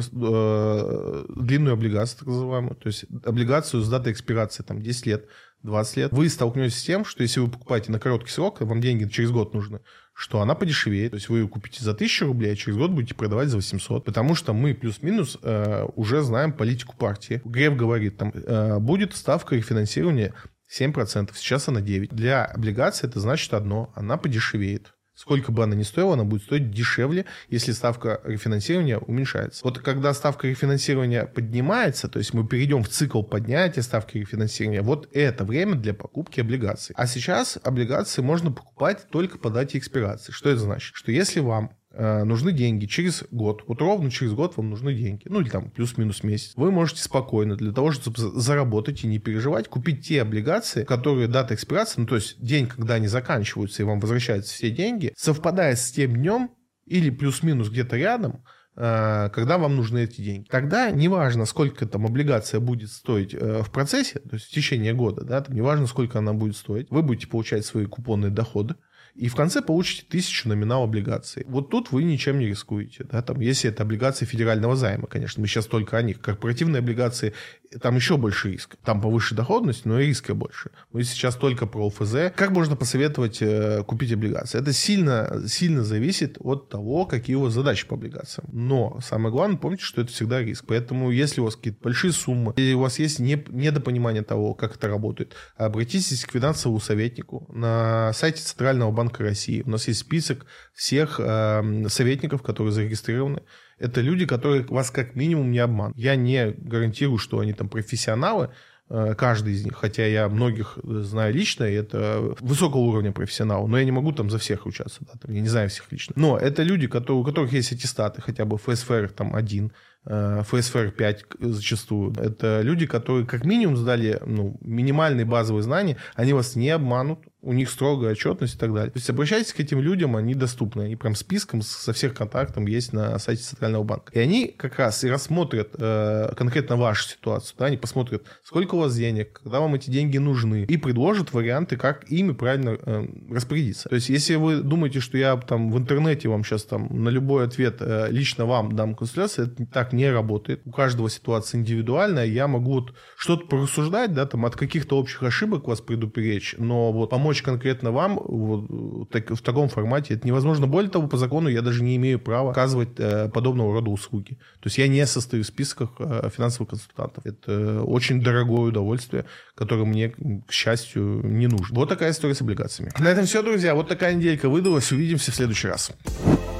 э, длинную облигацию, так называемую, то есть облигацию с датой экспирации там, десять лет, двадцать лет, вы столкнетесь с тем, что если вы покупаете на короткий срок, вам деньги через год нужны, что она подешевеет. То есть вы ее купите за тысячу рублей, а через год будете продавать за восемьсот. Потому что мы плюс-минус э, уже знаем политику партии. Греф говорит, там э, будет ставка рефинансирования семь процентов, сейчас она девять процентов. Для облигаций это значит одно, она подешевеет. Сколько бы она ни стоила, она будет стоить дешевле, если ставка рефинансирования уменьшается. Вот когда ставка рефинансирования поднимается, то есть мы перейдем в цикл поднятия ставки рефинансирования, вот это время для покупки облигаций. А сейчас облигации можно покупать только по дате экспирации. Что это значит? Что если вам э, нужны деньги через год, вот ровно через год вам нужны деньги, ну или там плюс-минус месяц, вы можете спокойно для того, чтобы заработать и не переживать, купить те облигации, которые дата экспирации, ну то есть день, когда они заканчиваются и вам возвращаются все деньги, совпадает с тем днем или плюс-минус где-то рядом, когда вам нужны эти деньги. Тогда неважно, сколько там облигация будет стоить в процессе, то есть в течение года, да, там неважно, сколько она будет стоить, вы будете получать свои купонные доходы, и в конце получите тысячу номинал облигаций. Вот тут вы ничем не рискуете. Да? Там, если это облигации федерального займа, конечно, мы сейчас только о них. Корпоративные облигации, там еще больше риск. Там повыше доходность, но и риска больше. Мы сейчас только про ОФЗ. Как можно посоветовать э, купить облигации? Это сильно, сильно зависит от того, какие у вас задачи по облигациям. Но самое главное, помните, что это всегда риск. Поэтому, если у вас какие-то большие суммы, или у вас есть не, недопонимание того, как это работает, обратитесь к финансовому советнику на сайте Центрального банка России. У нас есть список всех э, советников, которые зарегистрированы. Это люди, которые вас как минимум не обманут. Я не гарантирую, что они там профессионалы, э, каждый из них, хотя я многих знаю лично, и это высокого уровня профессионалы, но я не могу там за всех участвовать, да, там, я не знаю всех лично. Но это люди, которые, у которых есть аттестаты, хотя бы эф эс эф эр там один, эф эс эф эр пять зачастую. Это люди, которые как минимум сдали ну, минимальные базовые знания, они вас не обманут, у них строгая отчетность и так далее. То есть обращайтесь к этим людям, они доступны. Они прям списком со всех контактов есть на сайте Центрального банка. И они как раз и рассмотрят э, конкретно вашу ситуацию. Да? Они посмотрят, сколько у вас денег, когда вам эти деньги нужны, и предложат варианты, как ими правильно э, распорядиться. То есть если вы думаете, что я там в интернете вам сейчас там на любой ответ э, лично вам дам консультацию, это так не работает. У каждого ситуация индивидуальная. Я могу вот что-то порассуждать, да, там от каких-то общих ошибок вас предупречь, но вот помочь конкретно вам вот, так, в таком формате это невозможно. Более того, по закону я даже не имею права оказывать э, подобного рода услуги. То есть я не состою в списках э, финансовых консультантов. Это э, очень дорогое удовольствие, которое мне, к счастью, не нужно. Вот такая история с облигациями. На этом все, друзья. Вот такая неделька выдалась. Увидимся в следующий раз.